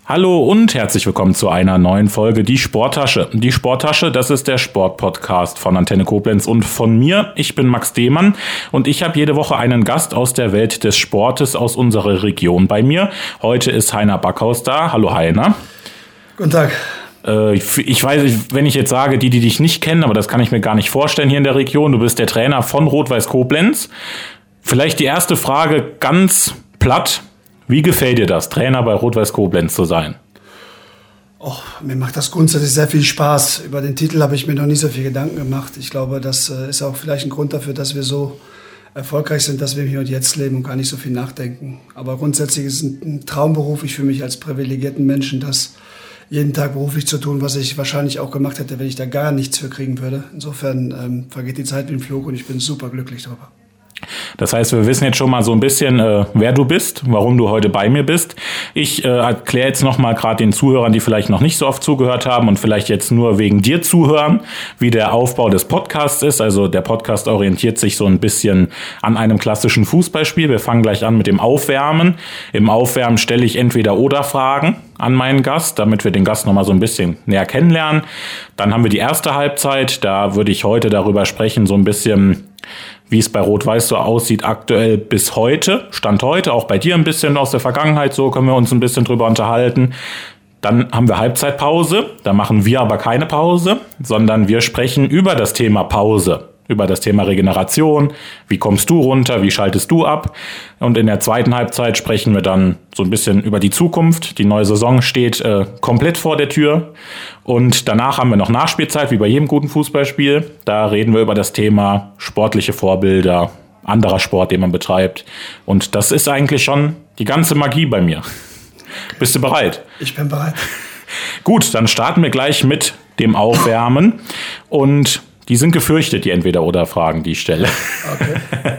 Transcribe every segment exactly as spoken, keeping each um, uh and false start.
Hallo und herzlich willkommen zu einer neuen Folge Die Sporttasche. Die Sporttasche, das ist der Sportpodcast von Antenne Koblenz und von mir. Ich bin Max Dehmann und ich habe jede Woche einen Gast aus der Welt des Sportes aus unserer Region bei mir. Heute ist Heiner Backhaus da. Hallo Heiner. Guten Tag. Äh, ich weiß, wenn ich jetzt sage, die, die dich nicht kennen, aber das kann ich mir gar nicht vorstellen hier in der Region. Du bist der Trainer von Rot-Weiß Koblenz. Vielleicht die erste Frage ganz platt. Wie gefällt dir das, Trainer bei Rot-Weiß Koblenz zu sein? Oh, mir macht das grundsätzlich sehr viel Spaß. Über den Titel habe ich mir noch nie so viel Gedanken gemacht. Ich glaube, das ist auch vielleicht ein Grund dafür, dass wir so erfolgreich sind, dass wir hier und jetzt leben und gar nicht so viel nachdenken. Aber grundsätzlich ist es ein Traumberuf. Ich fühle mich als privilegierten Menschen, das jeden Tag beruflich zu tun, was ich wahrscheinlich auch gemacht hätte, wenn ich da gar nichts für kriegen würde. Insofern ähm, vergeht die Zeit wie ein Flug und ich bin super glücklich darüber. Das heißt, wir wissen jetzt schon mal so ein bisschen, äh, wer du bist, warum du heute bei mir bist. Ich äh, erkläre jetzt noch mal gerade den Zuhörern, die vielleicht noch nicht so oft zugehört haben und vielleicht jetzt nur wegen dir zuhören, wie der Aufbau des Podcasts ist. Also der Podcast orientiert sich so ein bisschen an einem klassischen Fußballspiel. Wir fangen gleich an mit dem Aufwärmen. Im Aufwärmen stelle ich Entweder-Oder-Fragen an meinen Gast, damit wir den Gast noch mal so ein bisschen näher kennenlernen. Dann haben wir die erste Halbzeit. Da würde ich heute darüber sprechen, so ein bisschen, wie es bei Rot-Weiß so aussieht aktuell bis heute, Stand heute, auch bei dir ein bisschen aus der Vergangenheit, so können wir uns ein bisschen drüber unterhalten. Dann haben wir Halbzeitpause, da machen wir aber keine Pause, sondern wir sprechen über das Thema Pause, über das Thema Regeneration, wie kommst du runter, wie schaltest du ab? Und in der zweiten Halbzeit sprechen wir dann so ein bisschen über die Zukunft. Die neue Saison steht äh, komplett vor der Tür und danach haben wir noch Nachspielzeit, wie bei jedem guten Fußballspiel. Da reden wir über das Thema sportliche Vorbilder, anderer Sport, den man betreibt. Und das ist eigentlich schon die ganze Magie bei mir. Bist du bereit? Ich bin bereit. Gut, dann starten wir gleich mit dem Aufwärmen und die sind gefürchtet, die Entweder-Oder-Fragen, die ich stelle. Okay.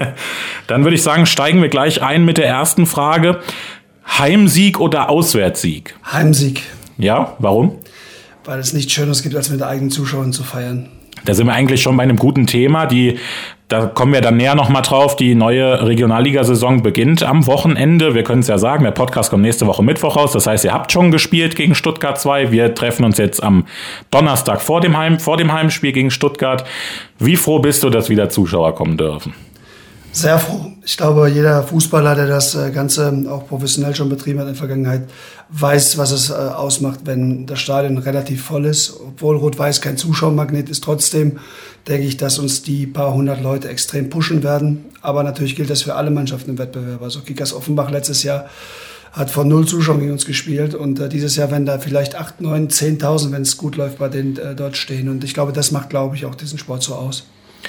Dann würde ich sagen, steigen wir gleich ein mit der ersten Frage. Heimsieg oder Auswärtssieg? Heimsieg. Ja, warum? Weil es nichts Schöneres gibt, als mit den eigenen Zuschauern zu feiern. Da sind wir eigentlich schon bei einem guten Thema. Die, da kommen wir dann näher nochmal drauf. Die neue Regionalligasaison beginnt am Wochenende. Wir können es ja sagen, der Podcast kommt nächste Woche Mittwoch raus. Das heißt, ihr habt schon gespielt gegen Stuttgart zwei. Wir treffen uns jetzt am Donnerstag vor dem, Heim, vor dem Heimspiel gegen Stuttgart. Wie froh bist du, dass wieder Zuschauer kommen dürfen? Sehr froh. Ich glaube, jeder Fußballer, der das Ganze auch professionell schon betrieben hat in der Vergangenheit, weiß, was es ausmacht, wenn das Stadion relativ voll ist. Obwohl Rot-Weiß kein Zuschauermagnet ist, trotzdem denke ich, dass uns die paar hundert Leute extrem pushen werden. Aber natürlich gilt das für alle Mannschaften im Wettbewerb. Also Kickers Offenbach letztes Jahr hat von null Zuschauern gegen uns gespielt und äh, dieses Jahr werden da vielleicht acht, neun, zehntausend, wenn es gut läuft, bei denen äh, dort stehen. Und ich glaube, das macht, glaube ich, auch diesen Sport so aus.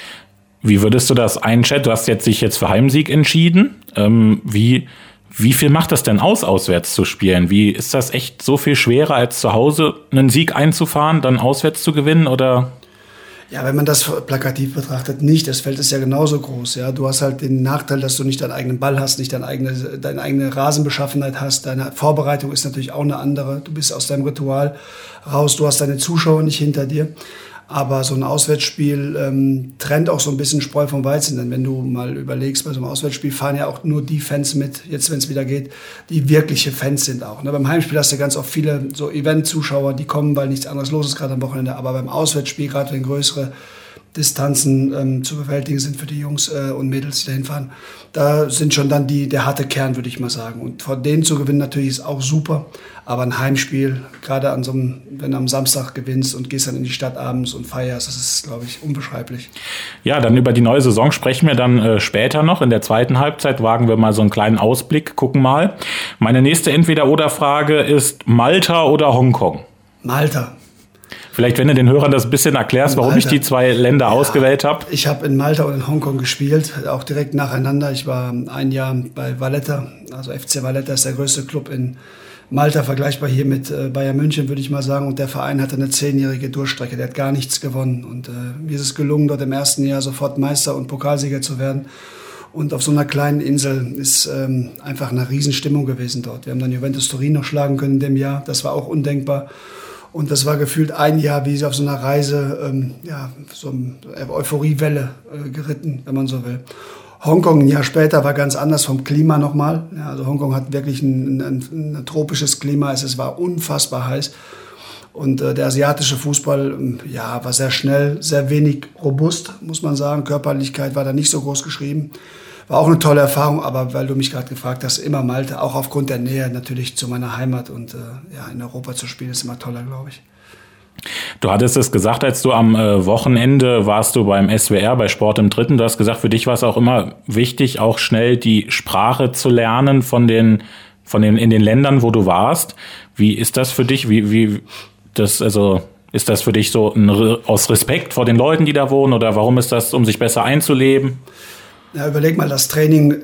Wie würdest du das einschätzen? Du hast jetzt dich jetzt für Heimsieg entschieden. Ähm, wie, wie viel macht das denn aus, auswärts zu spielen? Wie ist das echt so viel schwerer, als zu Hause einen Sieg einzufahren, dann auswärts zu gewinnen? Oder? Ja, wenn man das plakativ betrachtet, nicht. Das Feld ist ja genauso groß. Ja, du hast halt den Nachteil, dass du nicht deinen eigenen Ball hast, nicht deine eigene, deine eigene Rasenbeschaffenheit hast. Deine Vorbereitung ist natürlich auch eine andere. Du bist aus deinem Ritual raus. Du hast deine Zuschauer nicht hinter dir. Aber so ein Auswärtsspiel ähm, trennt auch so ein bisschen Spreu vom Weizen. Denn wenn du mal überlegst, bei so einem Auswärtsspiel fahren ja auch nur die Fans mit, jetzt wenn es wieder geht, die wirkliche Fans sind auch. Ne? Beim Heimspiel hast du ganz oft viele so Event-Zuschauer, die kommen, weil nichts anderes los ist gerade am Wochenende. Aber beim Auswärtsspiel, gerade wenn größere Distanzen ähm, zu bewältigen sind für die Jungs äh, und Mädels, die da hinfahren, da sind schon dann die, der harte Kern, würde ich mal sagen. Und vor denen zu gewinnen natürlich ist auch super. Aber ein Heimspiel, gerade an so einem, wenn du am Samstag gewinnst und gehst dann in die Stadt abends und feierst, das ist, glaube ich, unbeschreiblich. Ja, dann über die neue Saison sprechen wir dann äh, später noch. In der zweiten Halbzeit wagen wir mal so einen kleinen Ausblick, gucken mal. Meine nächste Entweder-Oder-Frage ist Malta oder Hongkong? Malta. Vielleicht, wenn du den Hörern das ein bisschen erklärst, warum ich die zwei Länder ja, ausgewählt habe. Ich habe in Malta und in Hongkong gespielt, auch direkt nacheinander. Ich war ein Jahr bei Valletta, also F C Valletta ist der größte Club in Malta, vergleichbar hier mit äh, Bayern München, würde ich mal sagen. Und der Verein hatte eine zehnjährige Durchstrecke, der hat gar nichts gewonnen. Und äh, mir ist es gelungen, dort im ersten Jahr sofort Meister und Pokalsieger zu werden. Und auf so einer kleinen Insel ist ähm, einfach eine Riesenstimmung gewesen dort. Wir haben dann Juventus Turin noch schlagen können in dem Jahr, das war auch undenkbar. Und das war gefühlt ein Jahr, wie sie auf so einer Reise, ähm, ja, so eine Euphoriewelle äh, geritten, wenn man so will. Hongkong ein Jahr später war ganz anders vom Klima nochmal. Ja, also Hongkong hat wirklich ein, ein, ein tropisches Klima, es war unfassbar heiß. Und äh, der asiatische Fußball ja, war sehr schnell, sehr wenig robust, muss man sagen. Körperlichkeit war da nicht so groß geschrieben. War auch eine tolle Erfahrung, aber weil du mich gerade gefragt hast, immer Malta, auch aufgrund der Nähe natürlich zu meiner Heimat. Und äh, ja, in Europa zu spielen, ist immer toller, glaube ich. Du hattest es gesagt, als du am äh, Wochenende warst du beim S W R, bei Sport im Dritten. Du hast gesagt, für dich war es auch immer wichtig, auch schnell die Sprache zu lernen von den, von den, in den Ländern, wo du warst. Wie ist das für dich? Wie, wie, das, also, ist das für dich so ein, aus Respekt vor den Leuten, die da wohnen? Oder warum ist das, um sich besser einzuleben? Ja, überleg mal, das Training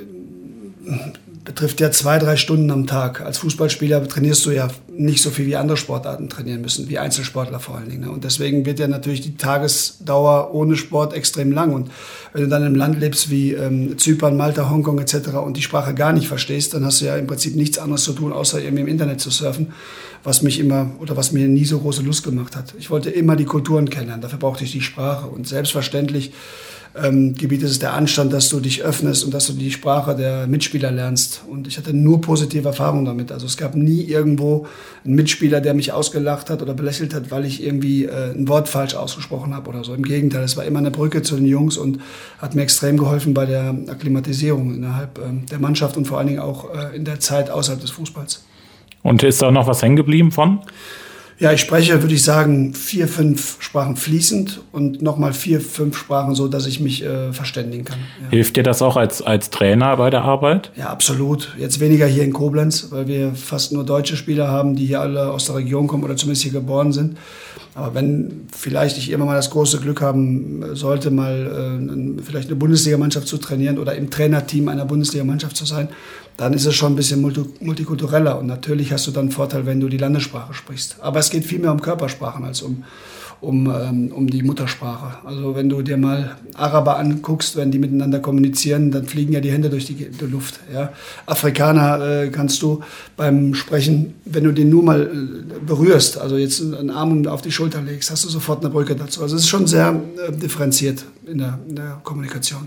betrifft ja zwei, drei Stunden am Tag. Als Fußballspieler trainierst du ja nicht so viel wie andere Sportarten trainieren müssen, wie Einzelsportler vor allen Dingen. Und deswegen wird ja natürlich die Tagesdauer ohne Sport extrem lang. Und wenn du dann in einem Land lebst wie ähm, Zypern, Malta, Hongkong et cetera und die Sprache gar nicht verstehst, dann hast du ja im Prinzip nichts anderes zu tun, außer irgendwie im Internet zu surfen, was mich immer oder was mir nie so große Lust gemacht hat. Ich wollte immer die Kulturen kennenlernen, dafür brauchte ich die Sprache. Und selbstverständlich Ähm, Gebiet ist es der Anstand, dass du dich öffnest und dass du die Sprache der Mitspieler lernst. Und ich hatte nur positive Erfahrungen damit. Also es gab nie irgendwo einen Mitspieler, der mich ausgelacht hat oder belächelt hat, weil ich irgendwie äh, ein Wort falsch ausgesprochen habe oder so. Im Gegenteil, es war immer eine Brücke zu den Jungs und hat mir extrem geholfen bei der Akklimatisierung innerhalb äh, der Mannschaft und vor allen Dingen auch äh, in der Zeit außerhalb des Fußballs. Und ist da noch was hängen geblieben von? Ja, ich spreche, würde ich sagen, vier, fünf Sprachen fließend und nochmal vier, fünf Sprachen so, dass ich mich äh, verständigen kann. Ja. Hilft dir das auch als, als Trainer bei der Arbeit? Ja, absolut. Jetzt weniger hier in Koblenz, weil wir fast nur deutsche Spieler haben, die hier alle aus der Region kommen oder zumindest hier geboren sind. Aber wenn vielleicht ich immer mal das große Glück haben sollte, mal äh, vielleicht eine Bundesligamannschaft zu trainieren oder im Trainerteam einer Bundesligamannschaft zu sein, dann ist es schon ein bisschen multikultureller. Und natürlich hast du dann einen Vorteil, wenn du die Landessprache sprichst. Aber es geht viel mehr um Körpersprachen als um, um, ähm, um die Muttersprache. Also wenn du dir mal Araber anguckst, wenn die miteinander kommunizieren, dann fliegen ja die Hände durch die, die Luft. Ja? Afrikaner äh, kannst du beim Sprechen, wenn du den nur mal äh, berührst, also jetzt einen Arm auf die Schulter legst, hast du sofort eine Brücke dazu. Also es ist schon sehr äh, differenziert in der, in der Kommunikation.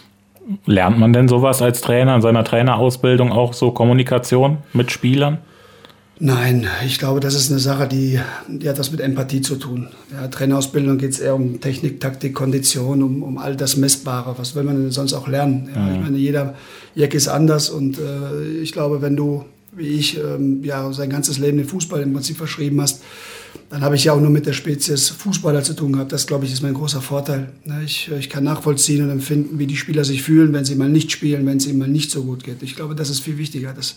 Lernt man denn sowas als Trainer in seiner Trainerausbildung, auch so Kommunikation mit Spielern? Nein, ich glaube, das ist eine Sache, die, die hat was mit Empathie zu tun. Ja, Trainerausbildung geht es eher um Technik, Taktik, Kondition, um, um all das Messbare. Was will man denn sonst auch lernen? Ja, mhm. Ich meine, jeder Jack ist anders und äh, ich glaube, wenn du, wie ich, ähm, ja, sein ganzes Leben den Fußball im Prinzip verschrieben hast, dann habe ich ja auch nur mit der Spezies Fußballer zu tun gehabt. Das, glaube ich, ist mein großer Vorteil. Ich, ich kann nachvollziehen und empfinden, wie die Spieler sich fühlen, wenn sie mal nicht spielen, wenn es ihnen mal nicht so gut geht. Ich glaube, das ist viel wichtiger, dass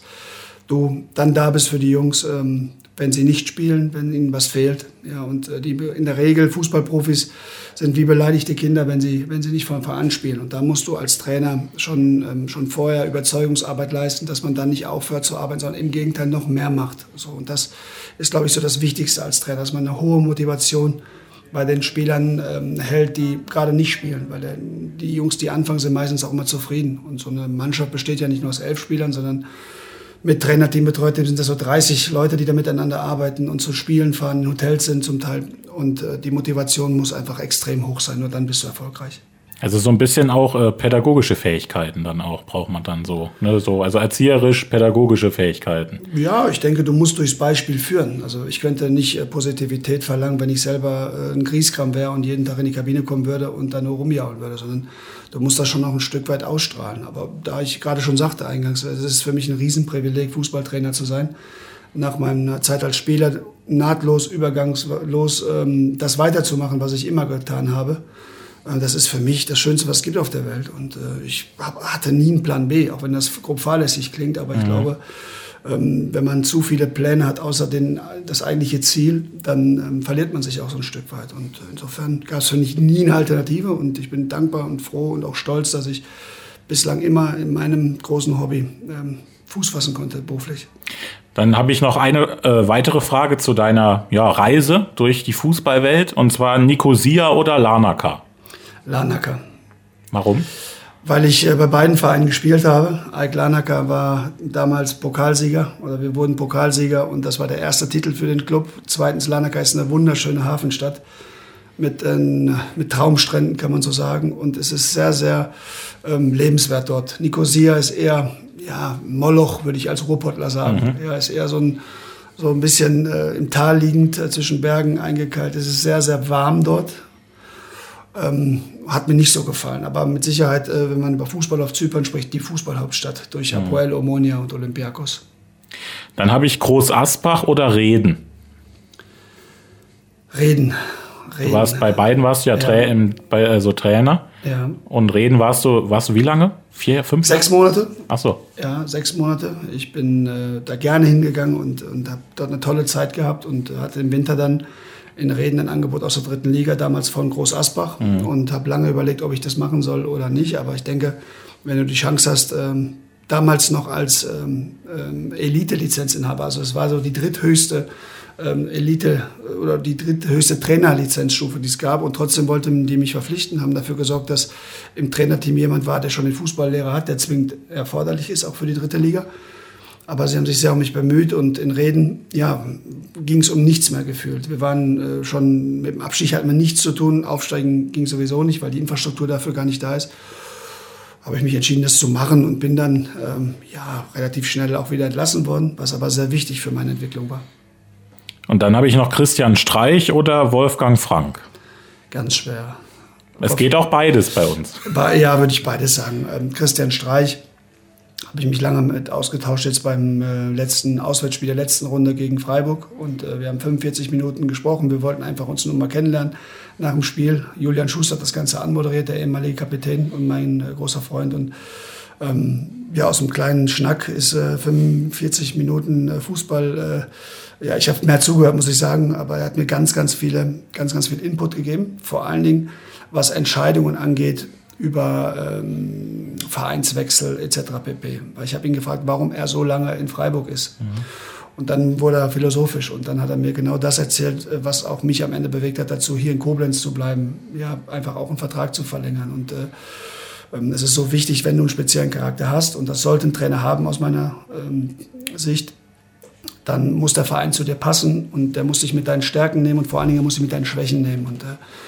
du dann da bist für die Jungs, wenn sie nicht spielen, wenn ihnen was fehlt. Ja, und die, in der Regel Fußballprofis sind wie beleidigte Kinder, wenn sie, wenn sie nicht von Anfang an spielen. Und da musst du als Trainer schon, schon vorher Überzeugungsarbeit leisten, dass man dann nicht aufhört zu arbeiten, sondern im Gegenteil noch mehr macht. So, und das ist, glaube ich, so das Wichtigste als Trainer, dass man eine hohe Motivation bei den Spielern ähm, hält, die gerade nicht spielen. Weil der, die Jungs, die anfangen, sind meistens auch immer zufrieden. Und so eine Mannschaft besteht ja nicht nur aus elf Spielern, sondern mit Trainerteam betreut sind das so dreißig Leute, die da miteinander arbeiten und zu Spielen fahren, in Hotels sind zum Teil. Und äh, die Motivation muss einfach extrem hoch sein, nur dann bist du erfolgreich. Also so ein bisschen auch äh, pädagogische Fähigkeiten dann auch braucht man dann so, ne? So, also erzieherisch-pädagogische Fähigkeiten. Ja, ich denke, du musst durchs Beispiel führen. Also ich könnte nicht äh, Positivität verlangen, wenn ich selber äh, ein Grieskram wäre und jeden Tag in die Kabine kommen würde und dann nur rumjaulen würde, sondern du musst das schon noch ein Stück weit ausstrahlen. Aber da ich gerade schon sagte eingangs, es ist für mich ein Riesenprivileg, Fußballtrainer zu sein. Nach meiner Zeit als Spieler nahtlos, übergangslos ähm, das weiterzumachen, was ich immer getan habe. Das ist für mich das Schönste, was es gibt auf der Welt. Und äh, ich hab, hatte nie einen Plan B, auch wenn das grob fahrlässig klingt. Aber ich mhm. glaube, ähm, wenn man zu viele Pläne hat, außer den, das eigentliche Ziel, dann ähm, verliert man sich auch so ein Stück weit. Und insofern gab es für mich nie eine Alternative. Und ich bin dankbar und froh und auch stolz, dass ich bislang immer in meinem großen Hobby ähm, Fuß fassen konnte, beruflich. Dann habe ich noch eine äh, weitere Frage zu deiner ja, Reise durch die Fußballwelt. Und zwar Nicosia oder Larnaca? Larnaca. Warum? Weil ich äh, bei beiden Vereinen gespielt habe. AEK Larnaca war damals Pokalsieger oder wir wurden Pokalsieger und das war der erste Titel für den Club. Zweitens, Larnaca ist eine wunderschöne Hafenstadt mit, äh, mit Traumstränden, kann man so sagen. Und es ist sehr, sehr ähm, lebenswert dort. Nikosia ist eher, ja, Moloch, würde ich als Ruhrpottler sagen. Mhm. Ja, ist eher so ein, so ein bisschen äh, im Tal liegend, äh, zwischen Bergen eingekeilt. Es ist sehr, sehr warm dort. Ähm, hat mir nicht so gefallen. Aber mit Sicherheit, äh, wenn man über Fußball auf Zypern spricht, die Fußballhauptstadt durch mhm. Hapoel, Omonia und Olympiakos. Dann habe ich Groß Asbach oder Reden? Reden. Reden. Du warst bei beiden warst du ja, ja. Tra- im, bei, also Trainer. Ja. Und Reden warst du, warst du wie lange? Vier, fünf? Sechs Monate. Ach so. Ja, sechs Monate. Ich bin äh, da gerne hingegangen und, und habe dort eine tolle Zeit gehabt und hatte im Winter dann in Reden ein Angebot aus der dritten Liga, damals von Groß Asbach. Mhm. Und habe lange überlegt, ob ich das machen soll oder nicht. Aber ich denke, wenn du die Chance hast, ähm, damals noch als ähm, ähm, Elite-Lizenzinhaber, also es war so die dritthöchste ähm, Elite oder die dritthöchste Trainerlizenzstufe, die es gab. Und trotzdem wollten die mich verpflichten, haben dafür gesorgt, dass im Trainerteam jemand war, der schon den Fußballlehrer hat, der zwingend erforderlich ist, auch für die dritte Liga. Aber sie haben sich sehr um mich bemüht und in Reden, ja, ging es um nichts mehr gefühlt. Wir waren äh, schon, mit dem Abstieg hatten wir nichts zu tun, aufsteigen ging sowieso nicht, weil die Infrastruktur dafür gar nicht da ist. Habe ich mich entschieden, das zu machen und bin dann ähm, ja, relativ schnell auch wieder entlassen worden, was aber sehr wichtig für meine Entwicklung war. Und dann habe ich noch Christian Streich oder Wolfgang Frank. Ganz schwer. Es geht auch beides bei uns. Ja, würde ich beides sagen. Ähm, Christian Streich habe ich mich lange mit ausgetauscht, jetzt beim äh, letzten Auswärtsspiel der letzten Runde gegen Freiburg. Und äh, wir haben fünfundvierzig Minuten gesprochen. Wir wollten einfach uns nur mal kennenlernen nach dem Spiel. Julian Schuster hat das Ganze anmoderiert, der ehemalige Kapitän und mein äh, großer Freund. Und ähm, ja, aus einem kleinen Schnack ist äh, fünfundvierzig Minuten äh, Fußball. Äh, ja, ich habe mehr zugehört, muss ich sagen. Aber er hat mir ganz, ganz viele, ganz, ganz viel Input gegeben. Vor allen Dingen, was Entscheidungen angeht, über ähm, Vereinswechsel et cetera pp. Weil ich habe ihn gefragt, warum er so lange in Freiburg ist. Mhm. Und dann wurde er philosophisch und dann hat er mir genau das erzählt, was auch mich am Ende bewegt hat, dazu hier in Koblenz zu bleiben, ja, einfach auch einen Vertrag zu verlängern. Und äh, ähm, es ist so wichtig, wenn du einen speziellen Charakter hast, und das sollte ein Trainer haben aus meiner ähm, Sicht, dann muss der Verein zu dir passen und der muss dich mit deinen Stärken nehmen und vor allen Dingen muss dich mit deinen Schwächen nehmen. Und äh,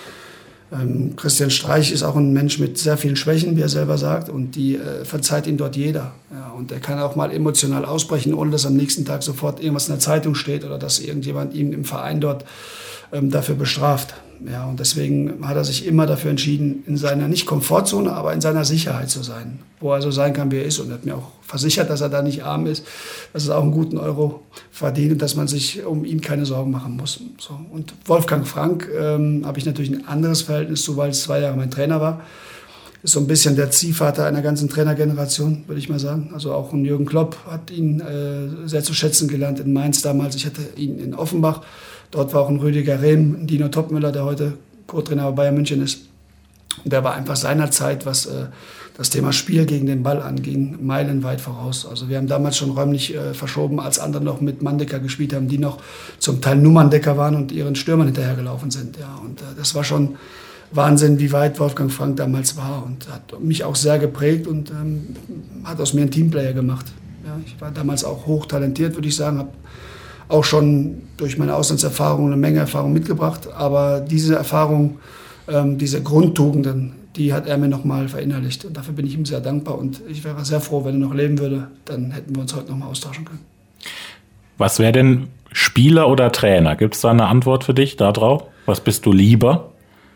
Ähm, Christian Streich ist auch ein Mensch mit sehr vielen Schwächen, wie er selber sagt, und die äh, verzeiht ihm dort jeder. Ja, und er kann auch mal emotional ausbrechen, ohne dass am nächsten Tag sofort irgendwas in der Zeitung steht oder dass irgendjemand ihn im Verein dort ähm, dafür bestraft. Ja, und deswegen hat er sich immer dafür entschieden, in seiner, nicht Komfortzone, aber in seiner Sicherheit zu sein, wo er so sein kann, wie er ist. Und er hat mir auch versichert, dass er da nicht arm ist, dass er auch einen guten Euro verdient und dass man sich um ihn keine Sorgen machen muss. So. Und Wolfgang Frank ähm, habe ich natürlich ein anderes Verhältnis zu, weil es zwei Jahre mein Trainer war. Ist so ein bisschen der Ziehvater einer ganzen Trainergeneration, würde ich mal sagen. Also auch ein Jürgen Klopp hat ihn äh, sehr zu schätzen gelernt in Mainz damals. Ich hatte ihn in Offenbach. Dort war auch ein Rüdiger Rehm, ein Dino Topmüller, der heute Co-Trainer bei Bayern München ist. Und der war einfach seinerzeit, was äh, das Thema Spiel gegen den Ball anging, meilenweit voraus. Also wir haben damals schon räumlich äh, verschoben, als andere noch mit Manndecker gespielt haben, die noch zum Teil Nummerndecker waren und ihren Stürmern hinterhergelaufen sind. Ja, und äh, das war schon Wahnsinn, wie weit Wolfgang Frank damals war und hat mich auch sehr geprägt und ähm, hat aus mir einen Teamplayer gemacht. Ja, ich war damals auch hochtalentiert, würde ich sagen, habe auch schon durch meine Auslandserfahrung eine Menge Erfahrung mitgebracht, aber diese Erfahrung, ähm, diese Grundtugenden, die hat er mir nochmal verinnerlicht und dafür bin ich ihm sehr dankbar und ich wäre sehr froh, wenn er noch leben würde, dann hätten wir uns heute nochmal austauschen können. Was wäre denn Spieler oder Trainer? Gibt es da eine Antwort für dich darauf? Was bist du lieber?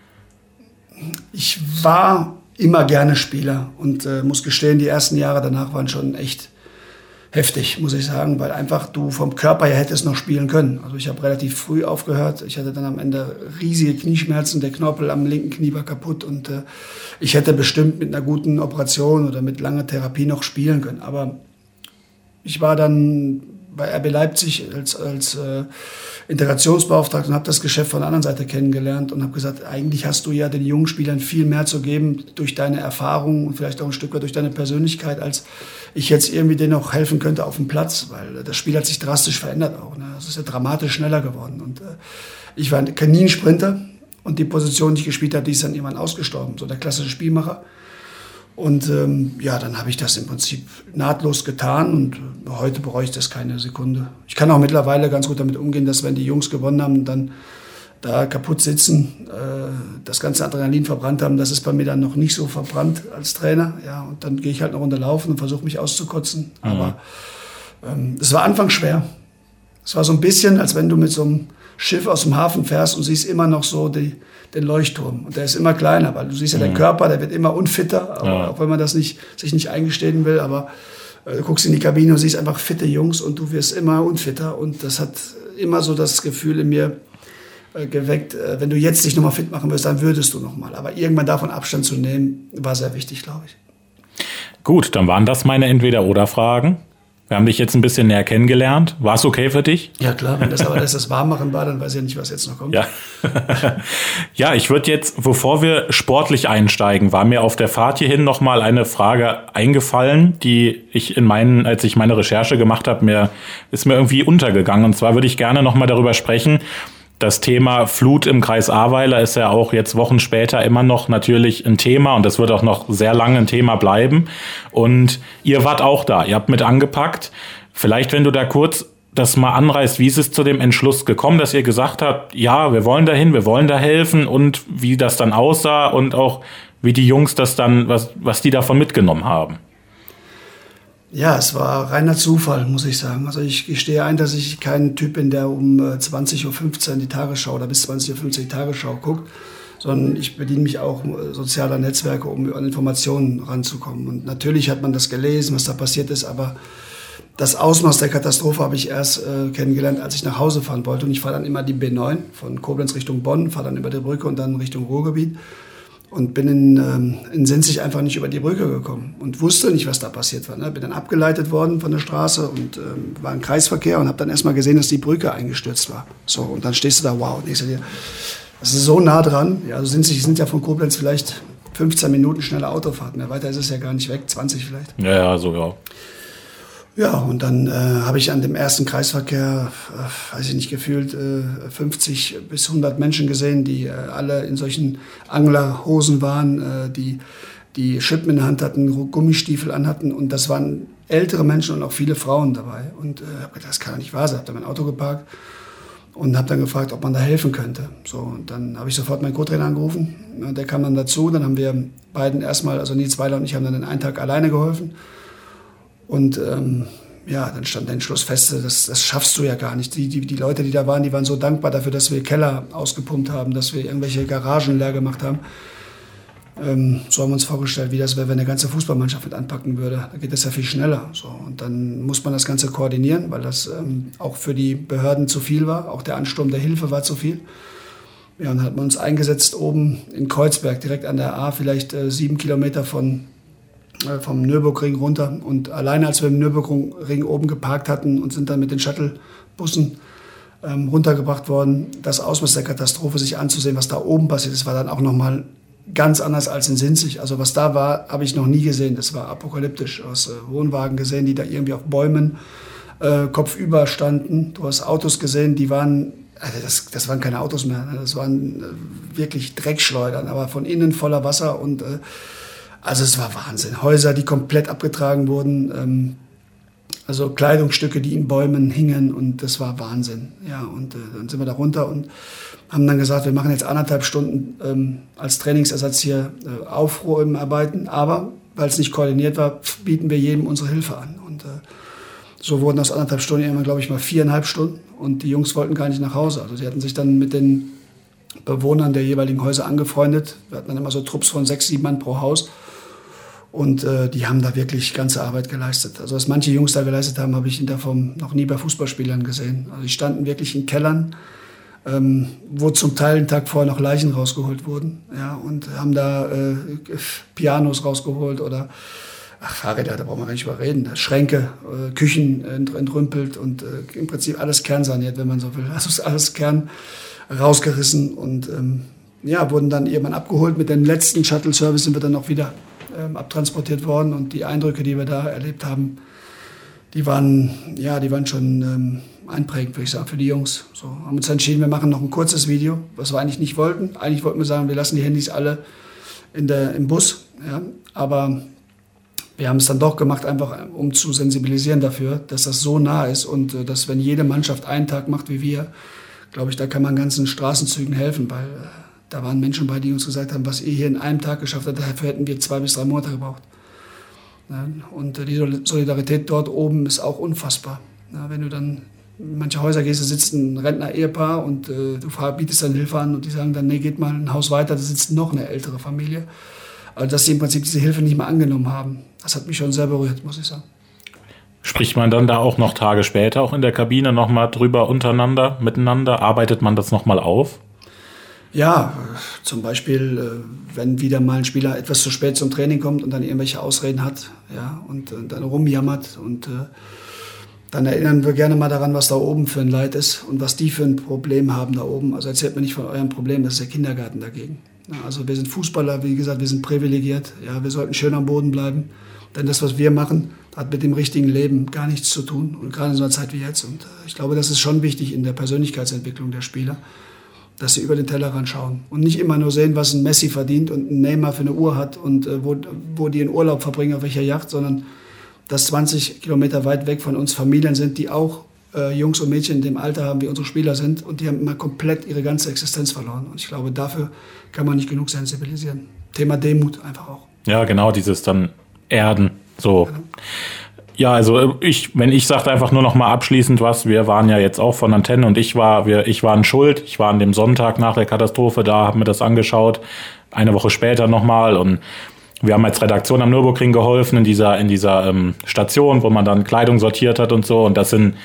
Ich war immer gerne Spieler und äh, muss gestehen, die ersten Jahre danach waren schon echt heftig, muss ich sagen, weil einfach du vom Körper her hättest noch spielen können. Also ich habe relativ früh aufgehört. Ich hatte dann am Ende riesige Knieschmerzen, der Knorpel am linken Knie war kaputt und äh, ich hätte bestimmt mit einer guten Operation oder mit langer Therapie noch spielen können. Aber ich war dann bei R B Leipzig als, als äh, Integrationsbeauftragter und habe das Geschäft von der anderen Seite kennengelernt und habe gesagt, eigentlich hast du ja den jungen Spielern viel mehr zu geben durch deine Erfahrung und vielleicht auch ein Stück weit durch deine Persönlichkeit, als ich jetzt irgendwie denen auch helfen könnte auf dem Platz, weil das Spiel hat sich drastisch verändert auch. Ne? Es ist ja dramatisch schneller geworden und äh, ich war ein Kaninsprinter und die Position, die ich gespielt habe, die ist dann irgendwann ausgestorben, so der klassische Spielmacher. Und ähm, ja, dann habe ich das im Prinzip nahtlos getan und heute bereue ich das keine Sekunde. Ich kann auch mittlerweile ganz gut damit umgehen, dass wenn die Jungs gewonnen haben, dann da kaputt sitzen, äh, das ganze Adrenalin verbrannt haben. Das ist bei mir dann noch nicht so verbrannt als Trainer. Ja, und dann gehe ich halt eine Runde laufen und versuche mich auszukotzen. Mhm. Aber ähm, es war anfangs schwer. Es war so ein bisschen, als wenn du mit so einem Schiff aus dem Hafen fährst und siehst immer noch so die, den Leuchtturm. Und der ist immer kleiner, weil du siehst ja, mhm. der Körper, der wird immer unfitter, aber, ja. auch wenn man das nicht, sich nicht eingestehen will. Aber äh, du guckst in die Kabine und siehst einfach fitte Jungs und du wirst immer unfitter. Und das hat immer so das Gefühl in mir äh, geweckt, äh, wenn du jetzt dich nochmal fit machen würdest, dann würdest du nochmal. Aber irgendwann davon Abstand zu nehmen, war sehr wichtig, glaube ich. Gut, dann waren das meine Entweder-Oder-Fragen. Wir haben dich jetzt ein bisschen näher kennengelernt. War es okay für dich? Ja klar, wenn das aber das, das Warmmachen war, dann weiß ich ja nicht, was jetzt noch kommt. Ja, ja, ich würde jetzt, bevor wir sportlich einsteigen, war mir auf der Fahrt hierhin nochmal eine Frage eingefallen, die ich in meinen, als ich meine Recherche gemacht habe, mir ist mir irgendwie untergegangen. Und zwar würde ich gerne nochmal darüber sprechen. Das Thema Flut im Kreis Ahrweiler ist ja auch jetzt Wochen später immer noch natürlich ein Thema und das wird auch noch sehr lange ein Thema bleiben. Und ihr wart auch da, ihr habt mit angepackt. Vielleicht, wenn du da kurz das mal anreißt, wie ist es zu dem Entschluss gekommen, dass ihr gesagt habt, ja, wir wollen dahin, wir wollen da helfen und wie das dann aussah und auch wie die Jungs das dann, was, was die davon mitgenommen haben. Ja, es war reiner Zufall, muss ich sagen. Also ich gestehe ein, dass ich kein Typ bin, der um zwanzig Uhr fünfzehn die Tagesschau oder bis zwanzig Uhr fünfzehn die Tagesschau guckt, sondern ich bediene mich auch sozialer Netzwerke, um an Informationen ranzukommen. Und natürlich hat man das gelesen, was da passiert ist, aber das Ausmaß der Katastrophe habe ich erst äh, kennengelernt, als ich nach Hause fahren wollte. Und ich fahre dann immer die B neun von Koblenz Richtung Bonn, fahre dann über die Brücke und dann Richtung Ruhrgebiet. Und bin in, ähm, in Sinzig einfach nicht über die Brücke gekommen und wusste nicht, was da passiert war. Ne? Bin dann abgeleitet worden von der Straße und ähm, war im Kreisverkehr und habe dann erstmal gesehen, dass die Brücke eingestürzt war. So, und dann stehst du da, wow, denkst du dir, das ist so nah dran. Ja, also Sinzig sind ja von Koblenz vielleicht fünfzehn Minuten schnelle Autofahrt. Mehr weiter ist es ja gar nicht weg, zwanzig vielleicht. Ja, ja, so, ja. Ja, und dann äh, habe ich an dem ersten Kreisverkehr, äh, weiß ich nicht, gefühlt äh, fünfzig bis hundert Menschen gesehen, die äh, alle in solchen Anglerhosen waren, äh, die die Schippen in der Hand hatten, Gummistiefel anhatten. Und das waren ältere Menschen und auch viele Frauen dabei. Und ich äh, habe gedacht, das kann doch nicht wahr sein. Habe dann mein Auto geparkt und habe dann gefragt, ob man da helfen könnte. So, und dann habe ich sofort meinen Co-Trainer angerufen. Der kam dann dazu. Dann haben wir beiden erstmal, also Nils Weiler und ich, haben dann den einen Tag alleine geholfen. Und ähm, ja, dann stand der Entschluss fest, das, das schaffst du ja gar nicht. Die, die, die Leute, die da waren, die waren so dankbar dafür, dass wir Keller ausgepumpt haben, dass wir irgendwelche Garagen leer gemacht haben. Ähm, so haben wir uns vorgestellt, wie das wäre, wenn eine ganze Fußballmannschaft mit anpacken würde. Da geht das ja viel schneller. So. Und dann muss man das Ganze koordinieren, weil das ähm, auch für die Behörden zu viel war. Auch der Ansturm der Hilfe war zu viel. Ja, und dann hat man uns eingesetzt oben in Kreuzberg, direkt an der A, vielleicht äh, sieben Kilometer von vom Nürburgring runter. Und alleine als wir im Nürburgring oben geparkt hatten und sind dann mit den Shuttlebussen ähm, runtergebracht worden, das Ausmaß der Katastrophe sich anzusehen, was da oben passiert ist, war dann auch nochmal ganz anders als in Sinzig. Also was da war, habe ich noch nie gesehen. Das war apokalyptisch. Du hast äh, Wohnwagen gesehen, die da irgendwie auf Bäumen äh, kopfüber standen. Du hast Autos gesehen, die waren, also das, das waren keine Autos mehr, ne? Das waren äh, wirklich Dreckschleudern, aber von innen voller Wasser und äh, also es war Wahnsinn. Häuser, die komplett abgetragen wurden, ähm, also Kleidungsstücke, die in Bäumen hingen und das war Wahnsinn. Ja, und äh, dann sind wir da runter und haben dann gesagt, wir machen jetzt anderthalb Stunden ähm, als Trainingsersatz hier äh, Aufräumarbeiten, aber weil es nicht koordiniert war, bieten wir jedem unsere Hilfe an. Und äh, so wurden aus anderthalb Stunden irgendwann, glaube ich, mal viereinhalb Stunden und die Jungs wollten gar nicht nach Hause. Also sie hatten sich dann mit den Bewohnern der jeweiligen Häuser angefreundet. Wir hatten dann immer so Trupps von sechs, sieben Mann pro Haus. Und äh, die haben da wirklich ganze Arbeit geleistet. Also was manche Jungs da geleistet haben, habe ich in der Form noch nie bei Fußballspielern gesehen. Also die standen wirklich in Kellern, ähm, wo zum Teil einen Tag vorher noch Leichen rausgeholt wurden. Ja, und haben da äh, Pianos rausgeholt oder ach, Fahrräder, da braucht man gar nicht über reden. Schränke, äh, Küchen entrümpelt und äh, im Prinzip alles kernsaniert, wenn man so will. Also alles Kern rausgerissen und ähm, ja, wurden dann irgendwann abgeholt. Mit dem letzten Shuttle-Service sind wir dann auch wieder ähm, abtransportiert worden und die Eindrücke, die wir da erlebt haben, die waren, ja, die waren schon ähm, einprägend, würde ich sagen, für die Jungs. So, haben uns entschieden, wir machen noch ein kurzes Video, was wir eigentlich nicht wollten. Eigentlich wollten wir sagen, wir lassen die Handys alle in der, im Bus, ja, aber wir haben es dann doch gemacht, einfach um zu sensibilisieren dafür, dass das so nah ist und äh, dass, wenn jede Mannschaft einen Tag macht wie wir, glaube ich, da kann man ganzen Straßenzügen helfen, weil äh, da waren Menschen bei, die uns gesagt haben, was ihr hier in einem Tag geschafft habt, dafür hätten wir zwei bis drei Monate gebraucht. Ja, und äh, die Solidarität dort oben ist auch unfassbar. Ja, wenn du dann in manche Häuser gehst, da sitzt ein Rentner-Ehepaar und äh, du bietest dann Hilfe an und die sagen dann, nee, geht mal ein Haus weiter, da sitzt noch eine ältere Familie. Also dass sie im Prinzip diese Hilfe nicht mehr angenommen haben, das hat mich schon sehr berührt, muss ich sagen. Spricht man dann da auch noch Tage später auch in der Kabine nochmal drüber untereinander, miteinander? Arbeitet man das nochmal auf? Ja, zum Beispiel, wenn wieder mal ein Spieler etwas zu spät zum Training kommt und dann irgendwelche Ausreden hat, ja, und dann rumjammert und äh, dann erinnern wir gerne mal daran, was da oben für ein Leid ist und was die für ein Problem haben da oben. Also erzählt mir nicht von eurem Problem, das ist der Kindergarten dagegen. Ja, also wir sind Fußballer, wie gesagt, wir sind privilegiert, ja, wir sollten schön am Boden bleiben, denn das, was wir machen, hat mit dem richtigen Leben gar nichts zu tun und gerade in so einer Zeit wie jetzt. Und äh, ich glaube, das ist schon wichtig in der Persönlichkeitsentwicklung der Spieler, dass sie über den Tellerrand schauen und nicht immer nur sehen, was ein Messi verdient und ein Neymar für eine Uhr hat und äh, wo, wo die in Urlaub verbringen, auf welcher Yacht, sondern dass zwanzig Kilometer weit weg von uns Familien sind, die auch äh, Jungs und Mädchen in dem Alter haben, wie unsere Spieler sind und die haben immer komplett ihre ganze Existenz verloren. Und ich glaube, dafür kann man nicht genug sensibilisieren. Thema Demut einfach auch. Ja, genau, dieses dann Erden, so. Genau. Ja, also ich, wenn ich sagte einfach nur noch mal abschließend was, wir waren ja jetzt auch von Antenne und ich war, wir, ich war in Schuld, ich war an dem Sonntag nach der Katastrophe da, habe mir das angeschaut, eine Woche später nochmal und wir haben als Redaktion am Nürburgring geholfen in dieser, in dieser ähm, Station, wo man dann Kleidung sortiert hat und so und das sind,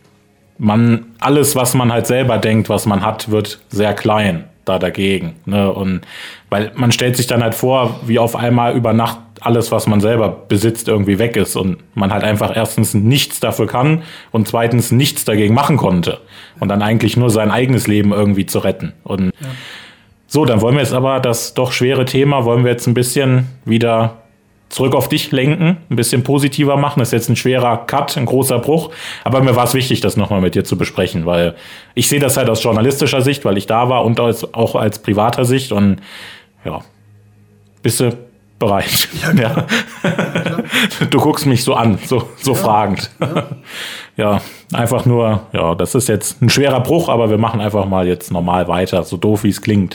man, alles was man halt selber denkt, was man hat, wird sehr klein da dagegen, ne? Und weil man stellt sich dann halt vor, wie auf einmal über Nacht alles, was man selber besitzt, irgendwie weg ist und man halt einfach erstens nichts dafür kann und zweitens nichts dagegen machen konnte und dann eigentlich nur sein eigenes Leben irgendwie zu retten. Und ja. So, dann wollen wir jetzt aber das doch schwere Thema, wollen wir jetzt ein bisschen wieder zurück auf dich lenken, ein bisschen positiver machen. Das ist jetzt ein schwerer Cut, ein großer Bruch, aber mir war es wichtig, das nochmal mit dir zu besprechen, weil ich sehe das halt aus journalistischer Sicht, weil ich da war und auch als privater Sicht und ja, bist du bereit? Ja, ja. Ja, du guckst mich so an, so, so ja, fragend. Ja. Ja, einfach nur, ja, das ist jetzt ein schwerer Bruch, aber wir machen einfach mal jetzt normal weiter, so doof wie es klingt.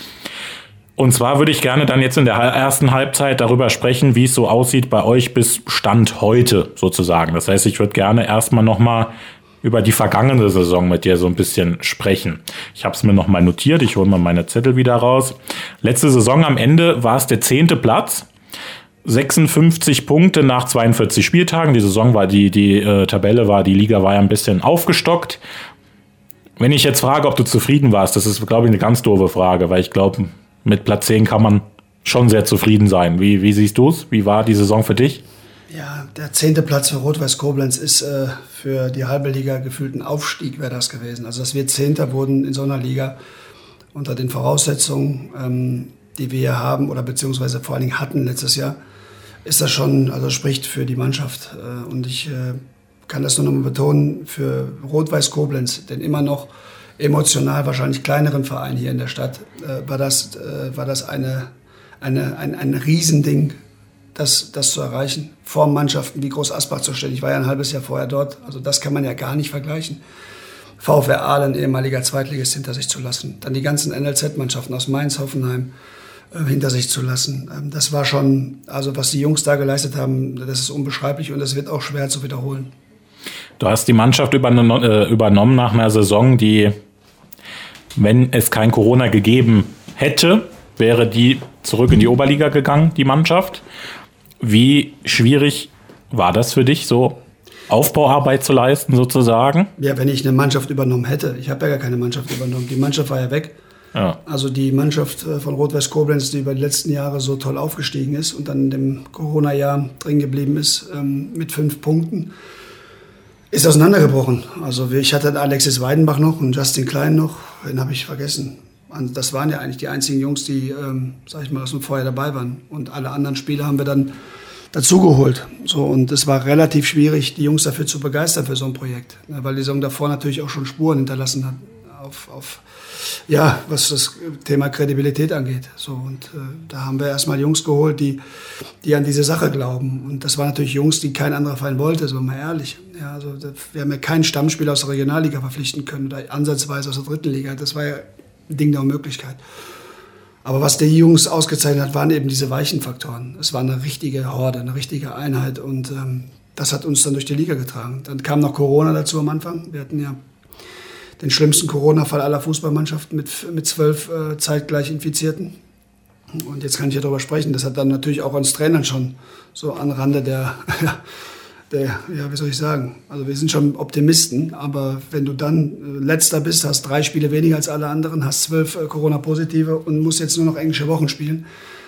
Und zwar würde ich gerne dann jetzt in der ersten Halbzeit darüber sprechen, wie es so aussieht bei euch bis Stand heute sozusagen. Das heißt, ich würde gerne erstmal nochmal über die vergangene Saison mit dir so ein bisschen sprechen. Ich habe es mir nochmal notiert, ich hole mal meine Zettel wieder raus. Letzte Saison am Ende war es der zehnte Platz. sechsundfünfzig Punkte nach zweiundvierzig Spieltagen. Die Saison war, die, die äh, Tabelle war, die Liga war ja ein bisschen aufgestockt. Wenn ich jetzt frage, ob du zufrieden warst, das ist, glaube ich, eine ganz doofe Frage, weil ich glaube, mit Platz zehn kann man schon sehr zufrieden sein. Wie, wie siehst du es? Wie war die Saison für dich? Ja, der zehnte Platz für Rot-Weiß Koblenz ist äh, für die halbe Liga gefühlt ein Aufstieg, wäre das gewesen. Also, dass wir Zehnter wurden in so einer Liga unter den Voraussetzungen, ähm, die wir hier haben oder beziehungsweise vor allen Dingen hatten letztes Jahr, ist das schon, also spricht für die Mannschaft. Äh, und ich äh, kann das nur noch mal betonen, für Rot-Weiß Koblenz, denn immer noch emotional wahrscheinlich kleineren Verein hier in der Stadt, äh, war das, äh, war das eine, eine, ein, ein Riesending, das, das zu erreichen. Vor Mannschaften wie Groß Asbach zu stellen. Ich war ja ein halbes Jahr vorher dort, also das kann man ja gar nicht vergleichen. VfR Aalen, ehemaliger Zweitligist, hinter sich zu lassen. Dann die ganzen N L Z-Mannschaften aus Mainz, Hoffenheim äh, hinter sich zu lassen. Ähm, das war schon, also was die Jungs da geleistet haben, das ist unbeschreiblich und das wird auch schwer zu wiederholen. Du hast die Mannschaft übernommen, äh, übernommen nach einer Saison, die, wenn es kein Corona gegeben hätte, wäre die zurück in die Oberliga gegangen, die Mannschaft. Wie schwierig war das für dich, so Aufbauarbeit zu leisten sozusagen? Ja, wenn ich eine Mannschaft übernommen hätte. Ich habe ja gar keine Mannschaft übernommen. Die Mannschaft war ja weg. Ja. Also die Mannschaft von Rot-Weiß Koblenz, die über die letzten Jahre so toll aufgestiegen ist und dann in dem Corona-Jahr drin geblieben ist ähm, mit fünf Punkten, ist auseinandergebrochen. Also ich hatte Alexis Weidenbach noch und Justin Klein noch. Den habe ich vergessen. Das waren ja eigentlich die einzigen Jungs, die, ähm, sag ich mal, aus dem Vorjahr dabei waren. Und alle anderen Spieler haben wir dann dazugeholt. So, und es war relativ schwierig, die Jungs dafür zu begeistern für so ein Projekt. Ja, weil die Saison davor natürlich auch schon Spuren hinterlassen hat, auf, auf, ja, was das Thema Kredibilität angeht. So, und äh, da haben wir erstmal Jungs geholt, die, die an diese Sache glauben. Und das waren natürlich Jungs, die kein anderer Verein wollte, so mal ehrlich. Ja, also wir haben ja keinen Stammspieler aus der Regionalliga verpflichten können oder ansatzweise aus der dritten Liga. Das war ja ein Ding der Unmöglichkeit. Aber was die Jungs ausgezeichnet hat, waren eben diese weichen Faktoren. Es war eine richtige Horde, eine richtige Einheit und ähm, das hat uns dann durch die Liga getragen. Dann kam noch Corona dazu am Anfang. Wir hatten ja den schlimmsten Corona-Fall aller Fußballmannschaften mit, mit zwölf äh, zeitgleich Infizierten. Und jetzt kann ich ja darüber sprechen. Das hat dann natürlich auch uns Trainern schon so an Rande der, der, ja, wie soll ich sagen, also wir sind schon Optimisten, aber wenn du dann äh, Letzter bist, hast drei Spiele weniger als alle anderen, hast zwölf äh, Corona-Positive und musst jetzt nur noch englische Wochen spielen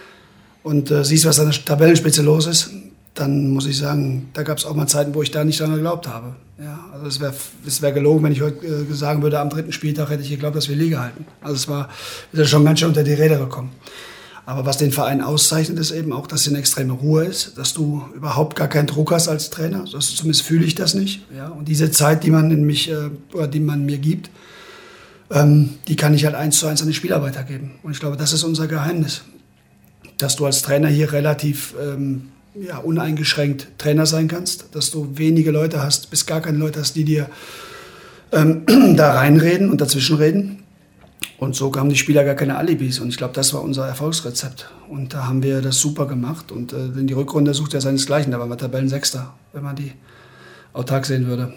und äh, siehst, was an der Tabellenspitze los ist, dann muss ich sagen, da gab es auch mal Zeiten, wo ich da nicht dran geglaubt habe. Ja, also es wäre es wär gelogen, wenn ich heute äh, sagen würde, am dritten Spieltag hätte ich geglaubt, dass wir Liga halten. Also es war wir sind schon ganz schön unter die Räder gekommen. Aber was den Verein auszeichnet, ist eben auch, dass es eine extreme Ruhe ist, dass du überhaupt gar keinen Druck hast als Trainer. Also zumindest fühle ich das nicht. Ja? Und diese Zeit, die man in mich äh, oder die man mir gibt, ähm, die kann ich halt eins zu eins an die Spieler weitergeben. Und ich glaube, das ist unser Geheimnis, dass du als Trainer hier relativ ähm, ja, uneingeschränkt Trainer sein kannst, dass du wenige Leute hast, bis gar keine Leute hast, die dir ähm, da reinreden und dazwischenreden. Und so haben die Spieler gar keine Alibis. Und ich glaube, das war unser Erfolgsrezept. Und da haben wir das super gemacht. Und äh, in die Rückrunde sucht er seinesgleichen. Da waren wir Tabellensechster, wenn man die autark sehen würde.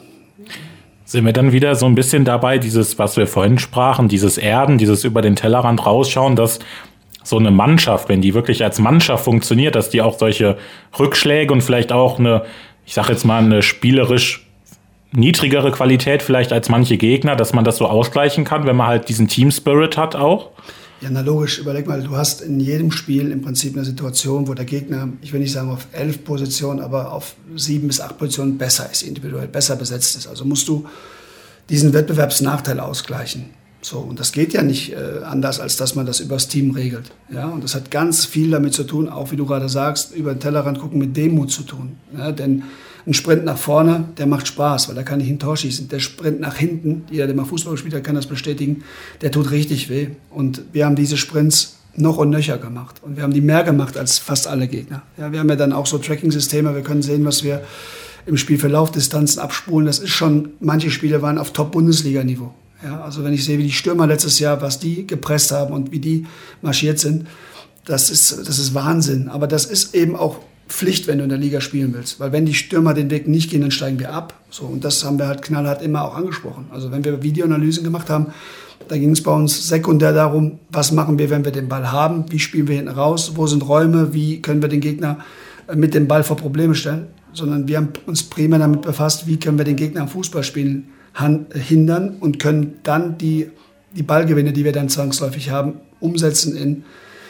Sind wir dann wieder so ein bisschen dabei, dieses, was wir vorhin sprachen, dieses Erden, dieses über den Tellerrand rausschauen, dass so eine Mannschaft, wenn die wirklich als Mannschaft funktioniert, dass die auch solche Rückschläge und vielleicht auch eine, ich sag jetzt mal, eine spielerisch niedrigere Qualität vielleicht als manche Gegner, dass man das so ausgleichen kann, wenn man halt diesen Team-Spirit hat auch? Ja, na logisch. Überleg mal, du hast in jedem Spiel im Prinzip eine Situation, wo der Gegner, ich will nicht sagen auf elf Positionen, aber auf sieben bis acht Positionen besser ist, individuell besser besetzt ist. Also musst du diesen Wettbewerbsnachteil ausgleichen. So, und das geht ja nicht äh, anders, als dass man das übers Team regelt. Ja? Und das hat ganz viel damit zu tun, auch wie du gerade sagst, über den Tellerrand gucken, mit Demut zu tun. Ja? Denn ein Sprint nach vorne, der macht Spaß, weil da kann ich ein Tor schießen. Der Sprint nach hinten, jeder, der mal Fußball gespielt hat, kann das bestätigen, der tut richtig weh. Und wir haben diese Sprints noch und nöcher gemacht. Und wir haben die mehr gemacht als fast alle Gegner. Ja, wir haben ja dann auch so Tracking-Systeme, wir können sehen, was wir im Spielverlauf Distanzen abspulen. Das ist schon, manche Spiele waren auf Top-Bundesliga-Niveau. Ja, also wenn ich sehe, wie die Stürmer letztes Jahr, was die gepresst haben und wie die marschiert sind, das ist, das ist Wahnsinn. Aber das ist eben auch Pflicht, wenn du in der Liga spielen willst. Weil wenn die Stürmer den Weg nicht gehen, dann steigen wir ab. So, und das haben wir halt knallhart immer auch angesprochen. Also wenn wir Videoanalysen gemacht haben, da ging es bei uns sekundär darum, was machen wir, wenn wir den Ball haben, wie spielen wir hinten raus, wo sind Räume, wie können wir den Gegner mit dem Ball vor Probleme stellen. Sondern wir haben uns primär damit befasst, wie können wir den Gegner am Fußballspielen hindern und können dann die, die Ballgewinne, die wir dann zwangsläufig haben, umsetzen in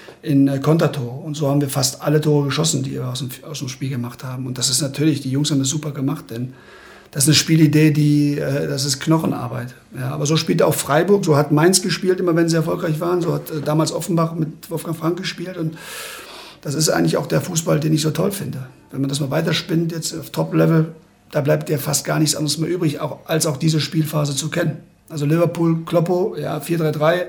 in Kontertore. Und so haben wir fast alle Tore geschossen, die wir aus dem, aus dem Spiel gemacht haben. Und das ist natürlich, die Jungs haben das super gemacht, denn das ist eine Spielidee, die, äh, das ist Knochenarbeit. Ja, aber so spielt auch Freiburg, so hat Mainz gespielt, immer wenn sie erfolgreich waren, so hat äh, damals Offenbach mit Wolfgang Frank gespielt. Und das ist eigentlich auch der Fußball, den ich so toll finde. Wenn man das mal weiterspinnt, jetzt auf Top-Level, da bleibt ja fast gar nichts anderes mehr übrig, auch, als auch diese Spielphase zu kennen. Also Liverpool, Kloppo, ja, vier drei drei,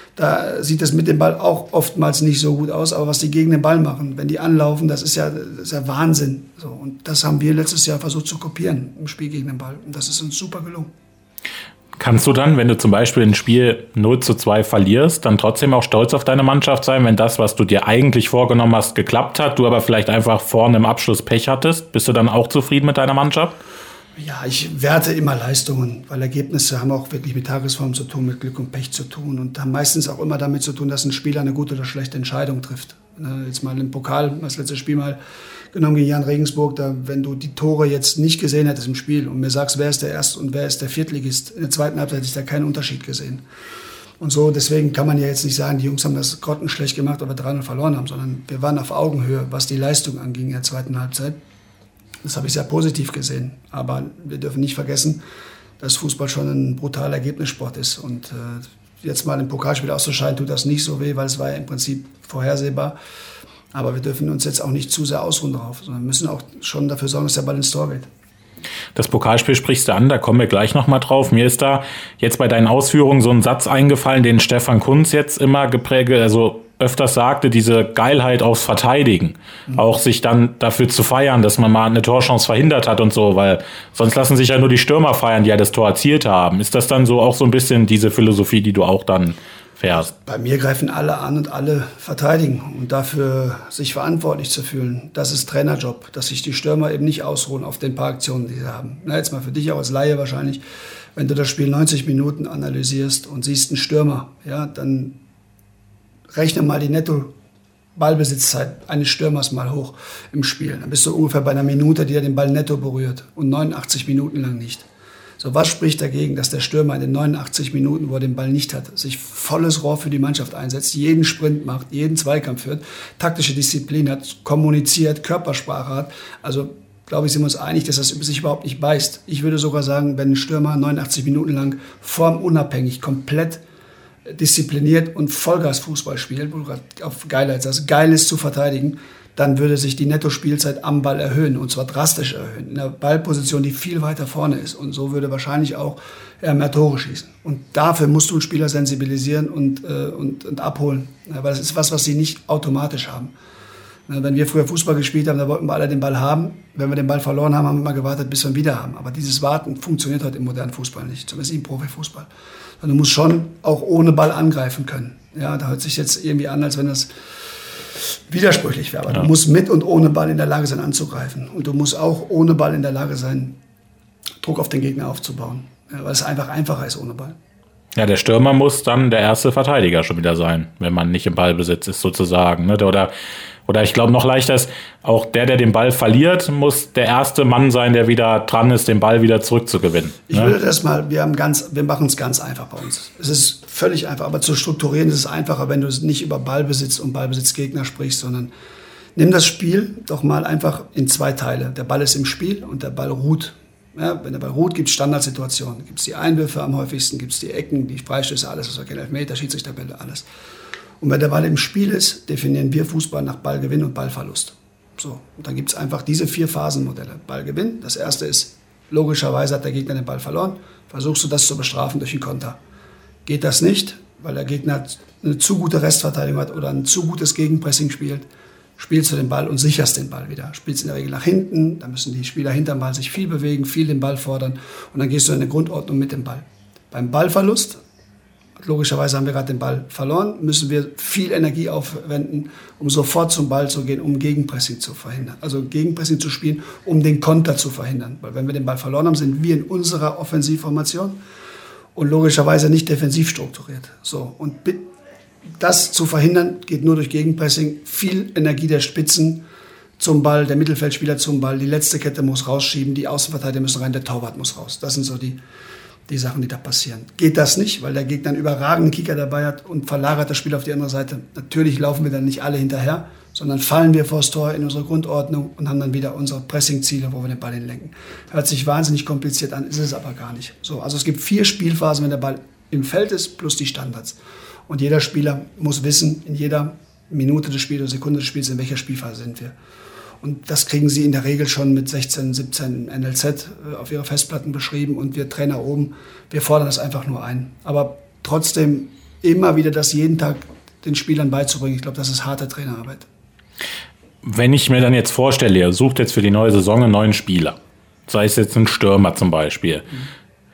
da sieht es mit dem Ball auch oftmals nicht so gut aus, aber was die gegen den Ball machen, wenn die anlaufen, das ist ja, das ist ja Wahnsinn. So, und das haben wir letztes Jahr versucht zu kopieren im Spiel gegen den Ball. Und das ist uns super gelungen. Kannst du dann, wenn du zum Beispiel ein Spiel null zu zwei verlierst, dann trotzdem auch stolz auf deine Mannschaft sein, wenn das, was du dir eigentlich vorgenommen hast, geklappt hat, du aber vielleicht einfach vorne im Abschluss Pech hattest? Bist du dann auch zufrieden mit deiner Mannschaft? Ja, ich werte immer Leistungen, weil Ergebnisse haben auch wirklich mit Tagesform zu tun, mit Glück und Pech zu tun und haben meistens auch immer damit zu tun, dass ein Spieler eine gute oder schlechte Entscheidung trifft. Jetzt mal im Pokal, das letzte Spiel mal genommen gegen Jan Regensburg, da, wenn du die Tore jetzt nicht gesehen hättest im Spiel und mir sagst, wer ist der Erst- und wer ist der Viertligist, in der zweiten Halbzeit hätte ich da keinen Unterschied gesehen. Und so, deswegen kann man ja jetzt nicht sagen, die Jungs haben das grottenschlecht gemacht, aber drei null verloren haben, sondern wir waren auf Augenhöhe, was die Leistung anging in der zweiten Halbzeit. Das habe ich sehr positiv gesehen. Aber wir dürfen nicht vergessen, dass Fußball schon ein brutaler Ergebnissport ist. Und äh, jetzt mal im Pokalspiel auszuscheiden, tut das nicht so weh, weil es war ja im Prinzip vorhersehbar. Aber wir dürfen uns jetzt auch nicht zu sehr ausruhen drauf, sondern müssen auch schon dafür sorgen, dass der Ball ins Tor geht. Das Pokalspiel sprichst du an, da kommen wir gleich nochmal drauf. Mir ist da jetzt bei deinen Ausführungen so ein Satz eingefallen, den Stefan Kuntz jetzt immer geprägt, also öfters sagte, diese Geilheit aufs Verteidigen. Mhm. Auch sich dann dafür zu feiern, dass man mal eine Torchance verhindert hat und so, weil sonst lassen sich ja nur die Stürmer feiern, die ja das Tor erzielt haben. Ist das dann so auch so ein bisschen diese Philosophie, die du auch dann fährst? Bei mir greifen alle an und alle verteidigen. Und dafür sich verantwortlich zu fühlen, das ist Trainerjob, dass sich die Stürmer eben nicht ausruhen auf den paar Aktionen, die sie haben. Na, jetzt mal für dich auch als Laie wahrscheinlich, wenn du das Spiel neunzig Minuten analysierst und siehst einen Stürmer, ja, dann rechne mal die Netto-Ballbesitzzeit eines Stürmers mal hoch im Spiel. Dann bist du ungefähr bei einer Minute, die er den Ball netto berührt und neunundachtzig Minuten lang nicht. So, was spricht dagegen, dass der Stürmer in den neunundachtzig Minuten, wo er den Ball nicht hat, sich volles Rohr für die Mannschaft einsetzt, jeden Sprint macht, jeden Zweikampf führt, taktische Disziplin hat, kommuniziert, Körpersprache hat. Also glaube ich, sind wir uns einig, dass das sich überhaupt nicht beißt. Ich würde sogar sagen, wenn ein Stürmer neunundachtzig Minuten lang formunabhängig, komplett diszipliniert und Vollgas-Fußball spielt, wo du gerade auf Geilheit sagst, geil ist zu verteidigen, dann würde sich die Netto-Spielzeit am Ball erhöhen, und zwar drastisch erhöhen, in einer Ballposition, die viel weiter vorne ist. Und so würde wahrscheinlich auch er mehr Tore schießen. Und dafür musst du einen Spieler sensibilisieren und, äh, und, und abholen, ja, weil das ist was, was sie nicht automatisch haben. Wenn wir früher Fußball gespielt haben, da wollten wir alle den Ball haben. Wenn wir den Ball verloren haben, haben wir mal gewartet, bis wir ihn wieder haben. Aber dieses Warten funktioniert heute im modernen Fußball nicht, zumindest im Profifußball. Du musst schon auch ohne Ball angreifen können. Ja, da hört sich jetzt irgendwie an, als wenn das widersprüchlich wäre. Aber ja, du musst mit und ohne Ball in der Lage sein, anzugreifen. Und du musst auch ohne Ball in der Lage sein, Druck auf den Gegner aufzubauen. Ja, weil es einfach einfacher ist ohne Ball. Ja, der Stürmer muss dann der erste Verteidiger schon wieder sein, wenn man nicht im Ballbesitz ist sozusagen. Oder, oder ich glaube noch leichter ist, auch der, der den Ball verliert, muss der erste Mann sein, der wieder dran ist, den Ball wieder zurückzugewinnen. Ich würde das mal, wir haben ganz, wir machen es ganz einfach bei uns. Es ist völlig einfach, aber zu strukturieren ist es einfacher, wenn du es nicht über Ballbesitz und Ballbesitzgegner sprichst, sondern nimm das Spiel doch mal einfach in zwei Teile. Der Ball ist im Spiel und der Ball ruht. Ja, wenn der Ball ruht, gibt es Standardsituationen. Gibt es die Einwürfe am häufigsten, gibt es die Ecken, die Freistöße, alles, was wir kennen, Elfmeter, Schiedsrichterbälle, alles. Und wenn der Ball im Spiel ist, definieren wir Fußball nach Ballgewinn und Ballverlust. So, und dann gibt es einfach diese vier Phasenmodelle. Ballgewinn, das erste ist, logischerweise hat der Gegner den Ball verloren, versuchst du das zu bestrafen durch einen Konter. Geht das nicht, weil der Gegner eine zu gute Restverteidigung hat oder ein zu gutes Gegenpressing spielt, spielst du den Ball und sicherst den Ball wieder. Spielst in der Regel nach hinten, da müssen die Spieler hinterm Ball sich viel bewegen, viel den Ball fordern und dann gehst du in eine Grundordnung mit dem Ball. Beim Ballverlust, logischerweise haben wir gerade den Ball verloren, müssen wir viel Energie aufwenden, um sofort zum Ball zu gehen, um Gegenpressing zu verhindern. Also Gegenpressing zu spielen, um den Konter zu verhindern. Weil wenn wir den Ball verloren haben, sind wir in unserer Offensivformation und logischerweise nicht defensiv strukturiert. So, und das zu verhindern geht nur durch Gegenpressing, viel Energie der Spitzen zum Ball, der Mittelfeldspieler zum Ball, die letzte Kette muss rausschieben, die Außenverteidiger müssen rein, der Torwart muss raus. Das sind so die, die Sachen, die da passieren. Geht das nicht, weil der Gegner einen überragenden Kicker dabei hat und verlagert das Spiel auf die andere Seite, natürlich laufen wir dann nicht alle hinterher, sondern fallen wir vors Tor in unsere Grundordnung und haben dann wieder unsere Pressingziele, wo wir den Ball hinlenken. Hört sich wahnsinnig kompliziert an, ist es aber gar nicht. So, also es gibt vier Spielphasen, wenn der Ball im Feld ist, plus die Standards. Und jeder Spieler muss wissen, in jeder Minute des Spiels oder Sekunde des Spiels, in welcher Spielphase sind wir. Und das kriegen sie in der Regel schon mit sechzehn, siebzehn N L Z auf ihre Festplatten beschrieben. Und wir Trainer oben, wir fordern das einfach nur ein. Aber trotzdem immer wieder das jeden Tag den Spielern beizubringen, ich glaube, das ist harte Trainerarbeit. Wenn ich mir dann jetzt vorstelle, ihr sucht jetzt für die neue Saison einen neuen Spieler, sei es jetzt ein Stürmer zum Beispiel, mhm.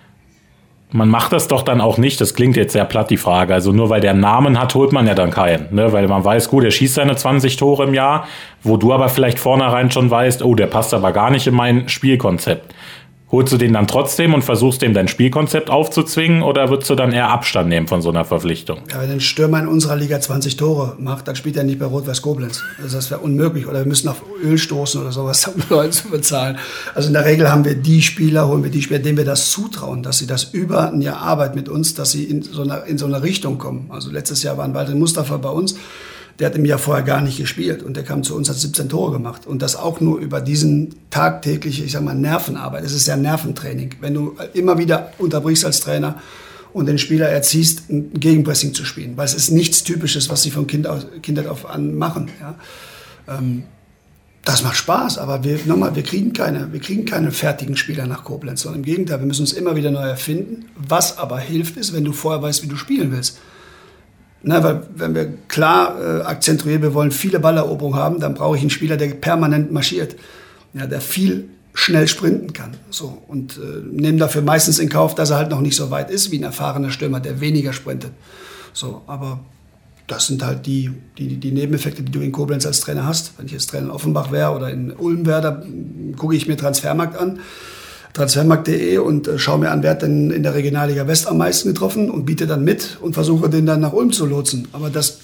Man macht das doch dann auch nicht, das klingt jetzt sehr platt, die Frage, also nur weil der einen Namen hat, holt man ja dann keinen, ne? Weil man weiß, gut, er schießt seine zwanzig Tore im Jahr, wo du aber vielleicht vornherein schon weißt, oh, der passt aber gar nicht in mein Spielkonzept. Holst du den dann trotzdem und versuchst dem dein Spielkonzept aufzuzwingen oder würdest du dann eher Abstand nehmen von so einer Verpflichtung? Ja, wenn ein Stürmer in unserer Liga zwanzig Tore macht, dann spielt er nicht bei Rot-Weiß Koblenz. Also das wäre unmöglich. Oder wir müssen auf Öl stoßen oder sowas, um Leute zu bezahlen. Also in der Regel haben wir die Spieler, holen wir die Spieler, denen wir das zutrauen, dass sie das über ein Jahr Arbeit mit uns, dass sie in so einer, in so eine Richtung kommen. Also letztes Jahr war ein Walter Mustafa bei uns. Der hat im Jahr vorher gar nicht gespielt und der kam zu uns, hat siebzehn Tore gemacht. Und das auch nur über diesen tagtägliche, ich sag mal, Nervenarbeit. Es ist ja Nerventraining. Wenn du immer wieder unterbrichst als Trainer und den Spieler erziehst, ein Gegenpressing zu spielen. Weil es ist nichts Typisches, was sie von kind aus, Kindheit auf an machen. Ja. Ähm, das macht Spaß, aber wir, nochmal, wir kriegen keine, wir kriegen keine fertigen Spieler nach Koblenz, sondern im Gegenteil, wir müssen uns immer wieder neu erfinden. Was aber hilft, ist, wenn du vorher weißt, wie du spielen willst. Na, weil wenn wir klar äh, akzentuieren, wir wollen viele Balleroberungen haben, dann brauche ich einen Spieler, der permanent marschiert, ja, der viel schnell sprinten kann. So, und äh, nehmen dafür meistens in Kauf, dass er halt noch nicht so weit ist wie ein erfahrener Stürmer, der weniger sprintet. So, aber das sind halt die, die, die Nebeneffekte, die du in Koblenz als Trainer hast. Wenn ich jetzt Trainer in Offenbach wäre oder in Ulm wäre, da gucke ich mir Transfermarkt an, transfermarkt punkt de und äh, schaue mir an, wer hat denn in der Regionalliga West am meisten getroffen und biete dann mit und versuche den dann nach Ulm zu lotsen. Aber das,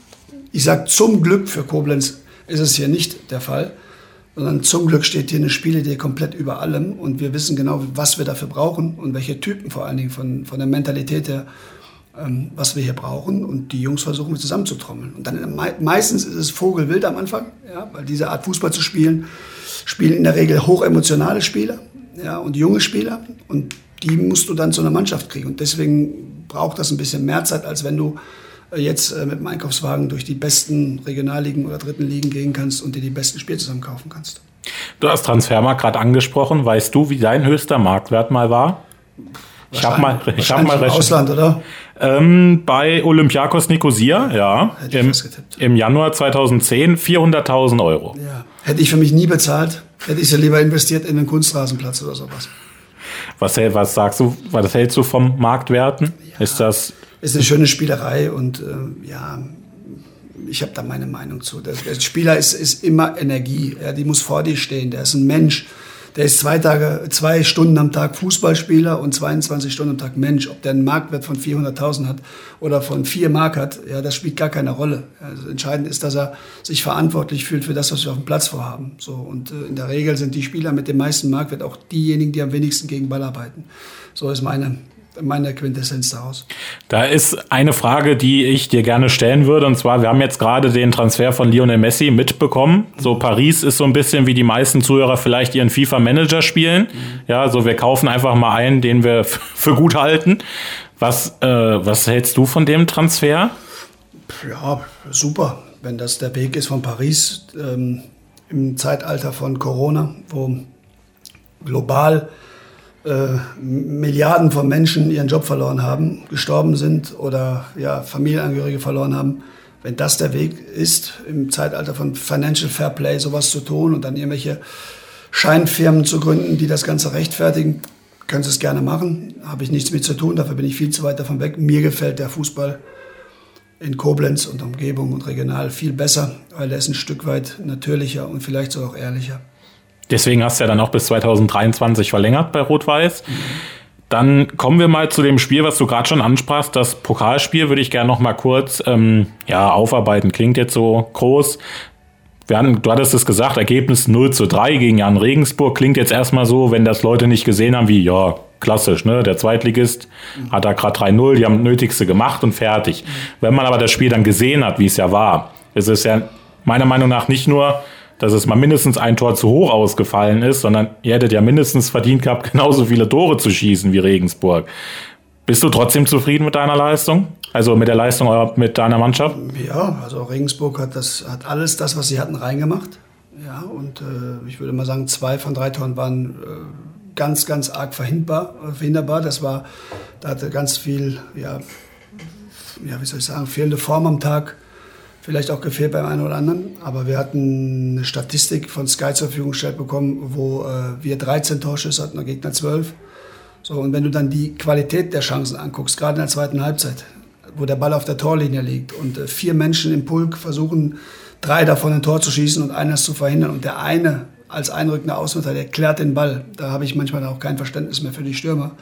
ich sage zum Glück für Koblenz ist es hier nicht der Fall, sondern zum Glück steht hier eine Spielidee komplett über allem und wir wissen genau, was wir dafür brauchen und welche Typen vor allen Dingen von, von der Mentalität her, ähm, was wir hier brauchen, und die Jungs versuchen wir zusammenzutrommeln. Und dann me- meistens ist es Vogelwild am Anfang, ja, weil diese Art Fußball zu spielen, spielen in der Regel hochemotionale Spieler, ja, und junge Spieler, und die musst du dann zu einer Mannschaft kriegen. Und deswegen braucht das ein bisschen mehr Zeit, als wenn du jetzt mit dem Einkaufswagen durch die besten Regionalligen oder dritten Ligen gehen kannst und dir die besten Spiele zusammen kaufen kannst. Du hast Transfermarkt gerade angesprochen. Weißt du, wie dein höchster Marktwert mal war? Ich habe mal, ich habe mal im Ausland, oder? Ähm, bei Olympiakos Nikosia, ja, Hätte ich im, was getippt. im Januar zweitausendzehn, vierhunderttausend Euro. Ja. Hätte ich für mich nie bezahlt. Hätte ich sie lieber investiert in einen Kunstrasenplatz oder sowas. Was, was sagst du, was hältst du vom Marktwerten? Ja. Ist das... Ist eine schöne Spielerei und äh, ja, ich habe da meine Meinung zu. Der, der Spieler ist, ist immer Energie. Ja, die muss vor dir stehen. Der ist ein Mensch. Der ist zwei Tage, zwei Stunden am Tag Fußballspieler und zweiundzwanzig Stunden am Tag Mensch. Ob der einen Marktwert von vierhunderttausend hat oder von vier Mark hat, ja, das spielt gar keine Rolle. Also entscheidend ist, dass er sich verantwortlich fühlt für das, was wir auf dem Platz vorhaben. So, und äh, in der Regel sind die Spieler mit dem meisten Marktwert auch diejenigen, die am wenigsten gegen Ball arbeiten. So ist meine meine Quintessenz daraus. Da ist eine Frage, die ich dir gerne stellen würde, und zwar, wir haben jetzt gerade den Transfer von Lionel Messi mitbekommen. So, Paris ist so ein bisschen, wie die meisten Zuhörer vielleicht ihren FIFA-Manager spielen. Mhm. Ja, so, wir kaufen einfach mal einen, den wir f- für gut halten. Was, äh, was hältst du von dem Transfer? Ja, super. Wenn das der Weg ist von Paris ähm, im Zeitalter von Corona, wo global Äh, Milliarden von Menschen ihren Job verloren haben, gestorben sind oder ja, Familienangehörige verloren haben. Wenn das der Weg ist, im Zeitalter von Financial Fair Play sowas zu tun und dann irgendwelche Scheinfirmen zu gründen, die das Ganze rechtfertigen, können sie es gerne machen. Habe ich nichts mit zu tun, dafür bin ich viel zu weit davon weg. Mir gefällt der Fußball in Koblenz und Umgebung und regional viel besser, weil er ist ein Stück weit natürlicher und vielleicht sogar auch ehrlicher. Deswegen hast du ja dann auch bis zweitausenddreiundzwanzig verlängert bei Rot-Weiß. Mhm. Dann kommen wir mal zu dem Spiel, was du gerade schon ansprachst. Das Pokalspiel würde ich gerne noch mal kurz ähm, ja, aufarbeiten. Klingt jetzt so groß. Wir hatten, du hattest es gesagt, Ergebnis null zu drei gegen Jan Regensburg. Klingt jetzt erstmal so, wenn das Leute nicht gesehen haben, wie, ja, klassisch, ne? Der Zweitligist mhm. hat da gerade drei null, die haben das Nötigste gemacht und fertig. Mhm. Wenn man aber das Spiel dann gesehen hat, wie es ja war, ist es ja meiner Meinung nach nicht nur, dass es mal mindestens ein Tor zu hoch ausgefallen ist, sondern ihr hättet ja mindestens verdient gehabt, genauso viele Tore zu schießen wie Regensburg. Bist du trotzdem zufrieden mit deiner Leistung? Also mit der Leistung eurer, mit deiner Mannschaft? Ja, also Regensburg hat das, hat alles das, was sie hatten, reingemacht. Ja, und äh, ich würde mal sagen, zwei von drei Toren waren äh, ganz, ganz arg verhinderbar. verhinderbar. Das war, da hatte ganz viel, ja, ja, wie soll ich sagen, fehlende Form am Tag. Vielleicht auch gefehlt beim einen oder anderen, aber wir hatten eine Statistik von Sky zur Verfügung gestellt bekommen, wo äh, wir dreizehn Torschüsse hatten, der Gegner zwölf. So, und wenn du dann die Qualität der Chancen anguckst, gerade in der zweiten Halbzeit, wo der Ball auf der Torlinie liegt und äh, vier Menschen im Pulk versuchen, drei davon ein Tor zu schießen und eines zu verhindern und der eine als einrückender Außenverteidiger klärt den Ball, da habe ich manchmal auch kein Verständnis mehr für die Stürmer.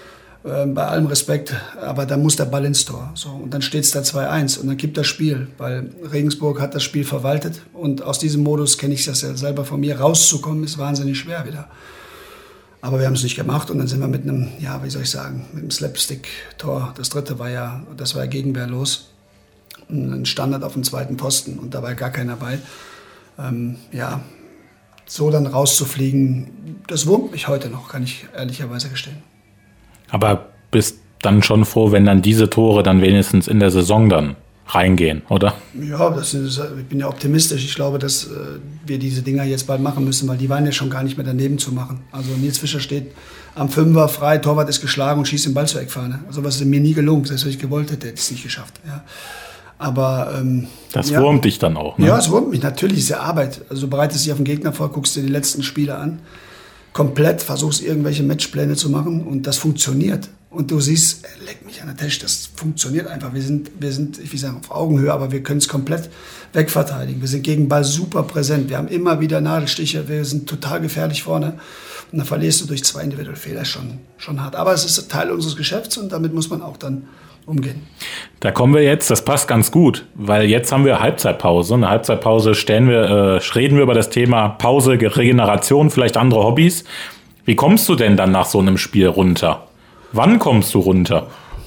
Bei allem Respekt, aber da muss der Ball ins Tor. So, und dann steht es da zwei eins und dann gibt das Spiel, weil Regensburg hat das Spiel verwaltet und aus diesem Modus kenne ich das ja selber von mir, rauszukommen ist wahnsinnig schwer wieder. Aber wir haben es nicht gemacht und dann sind wir mit einem, ja, wie soll ich sagen, mit einem Slapstick-Tor, das dritte war ja, das war ja gegenwehrlos, ein Standard auf dem zweiten Posten und da war gar keiner bei. Ähm, ja, so dann rauszufliegen, das wurmt mich heute noch, kann ich ehrlicherweise gestehen. Aber bist dann schon froh, wenn dann diese Tore dann wenigstens in der Saison dann reingehen, oder? Ja, das ist, ich bin ja optimistisch. Ich glaube, dass äh, wir diese Dinger jetzt bald machen müssen, weil die waren ja schon gar nicht mehr daneben zu machen. Also Nils Fischer steht am Fünfer frei, Torwart ist geschlagen und schießt den Ball zur Eckfahne. Also was ist mir nie gelungen. Selbst wenn ich gewollt hätte, hätte ich es nicht geschafft. Ja. Aber ähm, das ja. wurmt dich dann auch, ne? Ja, es wurmt mich. Natürlich ist ja Arbeit. Also du bereitest dich auf den Gegner vor, guckst dir die letzten Spiele an, komplett versuchst irgendwelche Matchpläne zu machen und das funktioniert. Und du siehst, leck mich an der Tasche, das funktioniert einfach. Wir sind, wir sind, ich will sagen, auf Augenhöhe, aber wir können es komplett wegverteidigen. Wir sind gegen Ball super präsent. Wir haben immer wieder Nadelstiche. Wir sind total gefährlich vorne. Und dann verlierst du durch zwei individuelle Fehler schon, schon hart. Aber es ist Teil unseres Geschäfts und damit muss man auch dann umgehen. Da kommen wir jetzt, das passt ganz gut, weil jetzt haben wir Halbzeitpause. Eine Halbzeitpause stellen wir, äh, reden wir über das Thema Pause, Regeneration, vielleicht andere Hobbys. Wie kommst du denn dann nach so einem Spiel runter? Wann kommst du runter?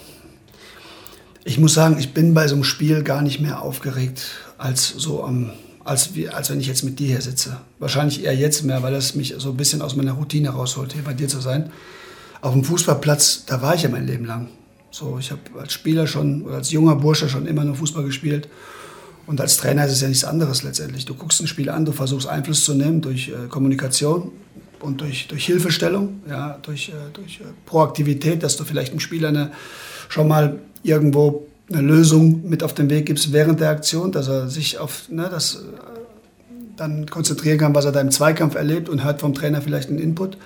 Ich muss sagen, ich bin bei so einem Spiel gar nicht mehr aufgeregt, als so am, als, wie, als wenn ich jetzt mit dir hier sitze. Wahrscheinlich eher jetzt mehr, weil das mich so ein bisschen aus meiner Routine rausholt, hier bei dir zu sein. Auf dem Fußballplatz, da war ich ja mein Leben lang. So, ich habe als Spieler schon, oder als junger Bursche schon immer nur Fußball gespielt. Und als Trainer ist es ja nichts anderes letztendlich. Du guckst ein Spiel an, du versuchst Einfluss zu nehmen durch äh, Kommunikation und durch, durch Hilfestellung, ja, durch, äh, durch äh, Proaktivität, dass du vielleicht dem Spieler eine, schon mal irgendwo eine Lösung mit auf den Weg gibst während der Aktion, dass er sich auf ne, das äh, dann konzentrieren kann, was er da im Zweikampf erlebt und hört vom Trainer vielleicht einen Input.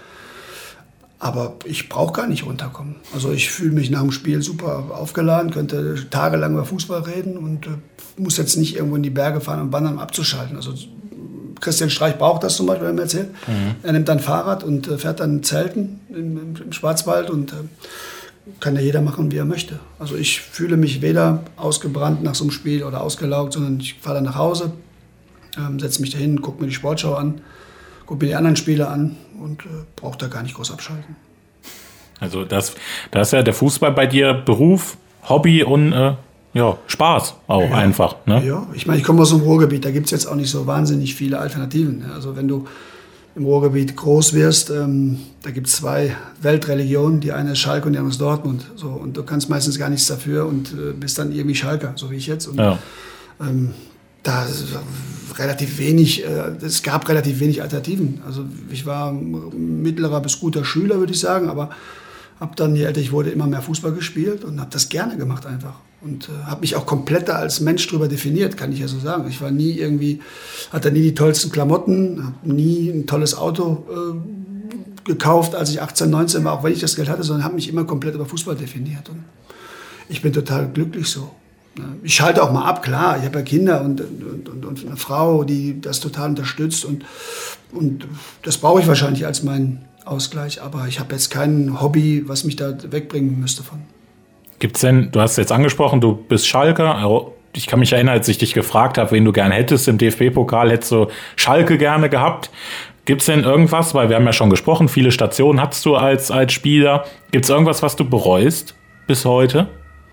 Aber ich brauche gar nicht runterkommen. Also ich fühle mich nach dem Spiel super aufgeladen, könnte tagelang über Fußball reden und äh, muss jetzt nicht irgendwo in die Berge fahren und wandern, um abzuschalten. Also Christian Streich braucht das zum Beispiel, wenn er mir erzählt. Mhm. Er nimmt dann Fahrrad und äh, fährt dann Zelten im, im, im Schwarzwald und äh, kann ja jeder machen, wie er möchte. Also ich fühle mich weder ausgebrannt nach so einem Spiel oder ausgelaugt, sondern ich fahre dann nach Hause, ähm, setze mich dahin, gucke mir die Sportschau an, gucke mir die anderen Spiele an und äh, brauche da gar nicht groß abschalten. Also das, das ist ja der Fußball bei dir Beruf, Hobby und äh, ja, Spaß auch ja. einfach. Ne? Ja, ich meine, ich komme aus dem Ruhrgebiet, da gibt es jetzt auch nicht so wahnsinnig viele Alternativen. Also wenn du im Ruhrgebiet groß wirst, ähm, da gibt es zwei Weltreligionen, die eine ist Schalke und die andere ist Dortmund. So, und du kannst meistens gar nichts dafür und äh, bist dann irgendwie Schalker, so wie ich jetzt. Und, ja. ähm, da relativ wenig, äh, es gab relativ wenig Alternativen. Also ich war mittlerer bis guter Schüler, würde ich sagen, aber habe dann, je älter ich wurde, immer mehr Fußball gespielt und habe das gerne gemacht einfach. Und äh, habe mich auch komplett da als Mensch drüber definiert, kann ich ja so sagen. Ich war nie irgendwie, hatte nie die tollsten Klamotten, habe nie ein tolles Auto äh, gekauft, als ich achtzehn, neunzehn war, auch wenn ich das Geld hatte, sondern habe mich immer komplett über Fußball definiert. Und ich bin total glücklich so. Ich schalte auch mal ab, klar, ich habe ja Kinder und, und, und, und eine Frau, die das total unterstützt und, und das brauche ich wahrscheinlich als meinen Ausgleich, aber ich habe jetzt kein Hobby, was mich da wegbringen müsste von. Gibt's denn, du hast es jetzt angesprochen, du bist Schalker, ich kann mich erinnern, als ich dich gefragt habe, wen du gerne hättest im D F B-Pokal, hättest du Schalke gerne gehabt. Gibt's denn irgendwas, weil wir haben ja schon gesprochen, viele Stationen hattest du als, als Spieler, gibt's irgendwas, was du bereust bis heute?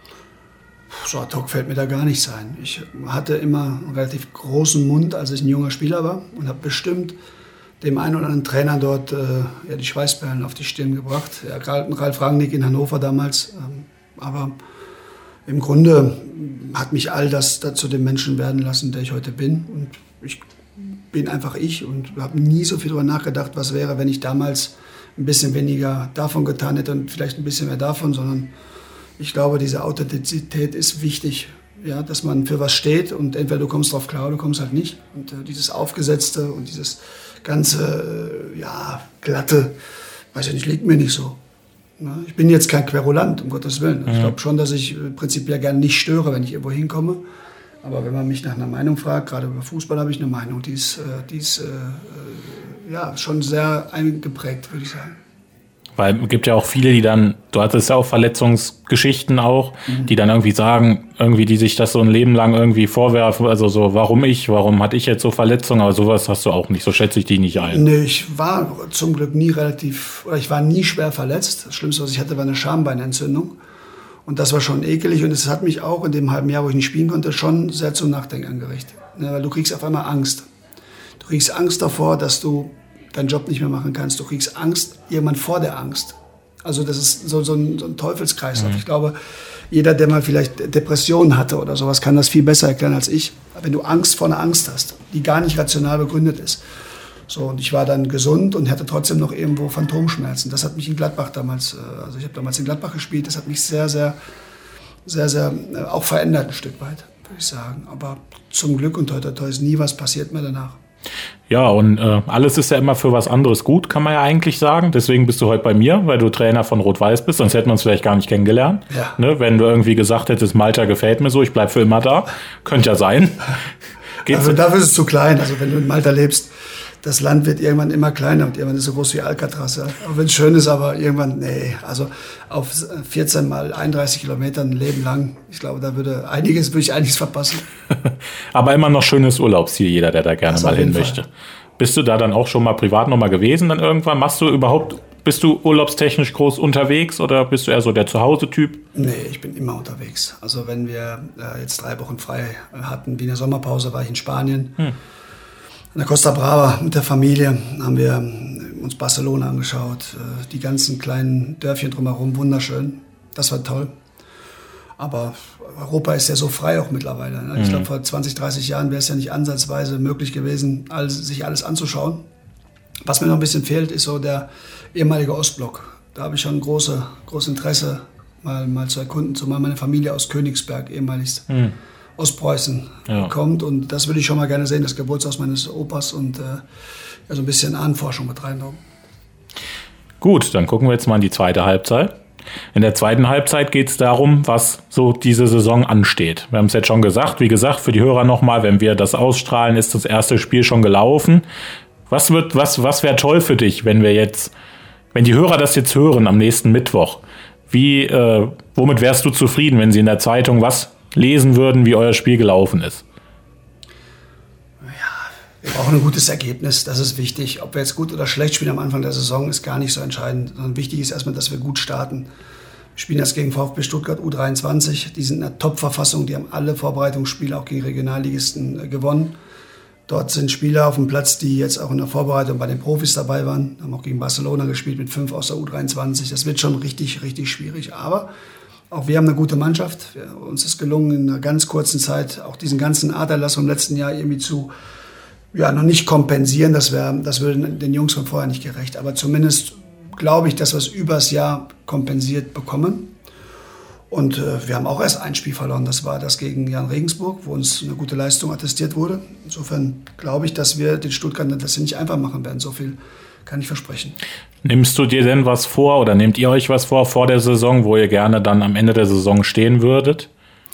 So ad hoc fällt mir da gar nichts ein. Ich hatte immer einen relativ großen Mund, als ich ein junger Spieler war und habe bestimmt dem einen oder anderen Trainer dort äh, ja, die Schweißperlen auf die Stirn gebracht. Ja, Ralf Rangnick in Hannover damals. Ähm, aber im Grunde hat mich all das dazu dem Menschen werden lassen, der ich heute bin. Und ich bin einfach ich und habe nie so viel darüber nachgedacht, was wäre, wenn ich damals ein bisschen weniger davon getan hätte und vielleicht ein bisschen mehr davon, sondern ich glaube, diese Authentizität ist wichtig, ja, dass man für was steht und entweder du kommst drauf klar oder du kommst halt nicht. Und äh, dieses Aufgesetzte und dieses ganze, äh, ja, glatte, weiß ich nicht, liegt mir nicht so. Ja, ich bin jetzt kein Querulant, um Gottes Willen. Mhm. Ich glaube schon, dass ich äh, prinzipiell gerne nicht störe, wenn ich irgendwo hinkomme. Aber wenn man mich nach einer Meinung fragt, gerade über Fußball habe ich eine Meinung, die ist, äh, die ist äh, äh, ja, schon sehr eingeprägt, würde ich sagen. Weil es gibt ja auch viele, die dann, du hattest ja auch Verletzungsgeschichten auch, mhm. die dann irgendwie sagen, irgendwie, die sich das so ein Leben lang irgendwie vorwerfen, also so, warum ich, warum hatte ich jetzt so Verletzungen, aber sowas hast du auch nicht, so schätze ich die nicht ein. Nee, ich war zum Glück nie relativ, oder ich war nie schwer verletzt. Das Schlimmste, was ich hatte, war eine Schambeinentzündung. Und das war schon ekelig und es hat mich auch in dem halben Jahr, wo ich nicht spielen konnte, schon sehr zum Nachdenken angerichtet. Ja, weil du kriegst auf einmal Angst. Du kriegst Angst davor, dass du deinen Job nicht mehr machen kannst. Du kriegst Angst, irgendwann vor der Angst. Also das ist so, so, ein, so ein Teufelskreislauf. Mhm. Ich glaube, jeder, der mal vielleicht Depressionen hatte oder sowas, kann das viel besser erklären als ich. Wenn du Angst vor einer Angst hast, die gar nicht rational begründet ist. So, und ich war dann gesund und hatte trotzdem noch irgendwo Phantomschmerzen. Das hat mich in Gladbach damals, also ich habe damals in Gladbach gespielt, das hat mich sehr, sehr, sehr, sehr auch verändert ein Stück weit. würde ich sagen. Aber zum Glück und toi toi toi ist nie was passiert mehr danach. Ja, und äh, alles ist ja immer für was anderes gut, kann man ja eigentlich sagen. Deswegen bist du heute bei mir, weil du Trainer von Rot-Weiß bist. Sonst hätten wir uns vielleicht gar nicht kennengelernt. Ja. Ne? Wenn du irgendwie gesagt hättest, Malta gefällt mir so, ich bleib für immer da. Könnte ja sein. Geht's? Also dafür ist es zu klein. Also wenn du in Malta lebst, das Land wird irgendwann immer kleiner und irgendwann ist es so groß wie Alcatraz. Ja. Auch wenn es schön ist, aber irgendwann, nee. Also auf vierzehn mal einunddreißig Kilometern ein Leben lang, ich glaube, da würde einiges, würde ich einiges verpassen. Aber immer noch schönes Urlaubsziel, jeder, der da gerne das mal hin möchte. Bist du da dann auch schon mal privat noch mal gewesen dann irgendwann? Machst du überhaupt, bist du urlaubstechnisch groß unterwegs oder bist du eher so der Zuhause-Typ? Nee, ich bin immer unterwegs. Also wenn wir äh, jetzt drei Wochen frei hatten, wie in der Sommerpause, war ich in Spanien. Hm. In der Costa Brava mit der Familie haben wir uns Barcelona angeschaut. Die ganzen kleinen Dörfchen drumherum, wunderschön. Das war toll. Aber Europa ist ja so frei auch mittlerweile. Ne? Ich glaube, vor zwanzig, dreißig Jahren wäre es ja nicht ansatzweise möglich gewesen, alles, sich alles anzuschauen. Was mir noch ein bisschen fehlt, ist so der ehemalige Ostblock. Da habe ich schon große, großes Interesse, mal, mal zu erkunden, zumal meine Familie aus Königsberg, ehemalig mhm. Ostpreußen, ja. kommt. Und das würde ich schon mal gerne sehen, das Geburtshaus meines Opas und äh, ja, so ein bisschen Ahnenforschung mit reinbringen. Gut, dann gucken wir jetzt mal in die zweite Halbzeit. In der zweiten Halbzeit geht es darum, was so diese Saison ansteht. Wir haben es jetzt schon gesagt, wie gesagt, für die Hörer nochmal, wenn wir das ausstrahlen, ist das erste Spiel schon gelaufen. Was wird, was, was wäre toll für dich, wenn wir jetzt, wenn die Hörer das jetzt hören am nächsten Mittwoch? Wie, äh, womit wärst du zufrieden, wenn sie in der Zeitung was lesen würden, wie euer Spiel gelaufen ist? Wir brauchen ein gutes Ergebnis, das ist wichtig. Ob wir jetzt gut oder schlecht spielen am Anfang der Saison, ist gar nicht so entscheidend. Sondern wichtig ist erstmal, dass wir gut starten. Wir spielen jetzt gegen VfB Stuttgart U dreiundzwanzig. Die sind in einer Top-Verfassung, die haben alle Vorbereitungsspiele auch gegen Regionalligisten gewonnen. Dort sind Spieler auf dem Platz, die jetzt auch in der Vorbereitung bei den Profis dabei waren. Haben auch gegen Barcelona gespielt mit fünf aus der U dreiundzwanzig. Das wird schon richtig, richtig schwierig. Aber auch wir haben eine gute Mannschaft. Wir, uns ist gelungen, in einer ganz kurzen Zeit auch diesen ganzen Aderlass vom letzten Jahr irgendwie zu ja, noch nicht kompensieren, das, wär, das würde den Jungs von vorher nicht gerecht. Aber zumindest glaube ich, dass wir es übers Jahr kompensiert bekommen. Und äh, wir haben auch erst ein Spiel verloren, das war das gegen Jan Regensburg, wo uns eine gute Leistung attestiert wurde. Insofern glaube ich, dass wir den Stuttgartern das nicht einfach machen werden. So viel kann ich versprechen. Nimmst du dir denn was vor oder nehmt ihr euch was vor vor der Saison, wo ihr gerne dann am Ende der Saison stehen würdet?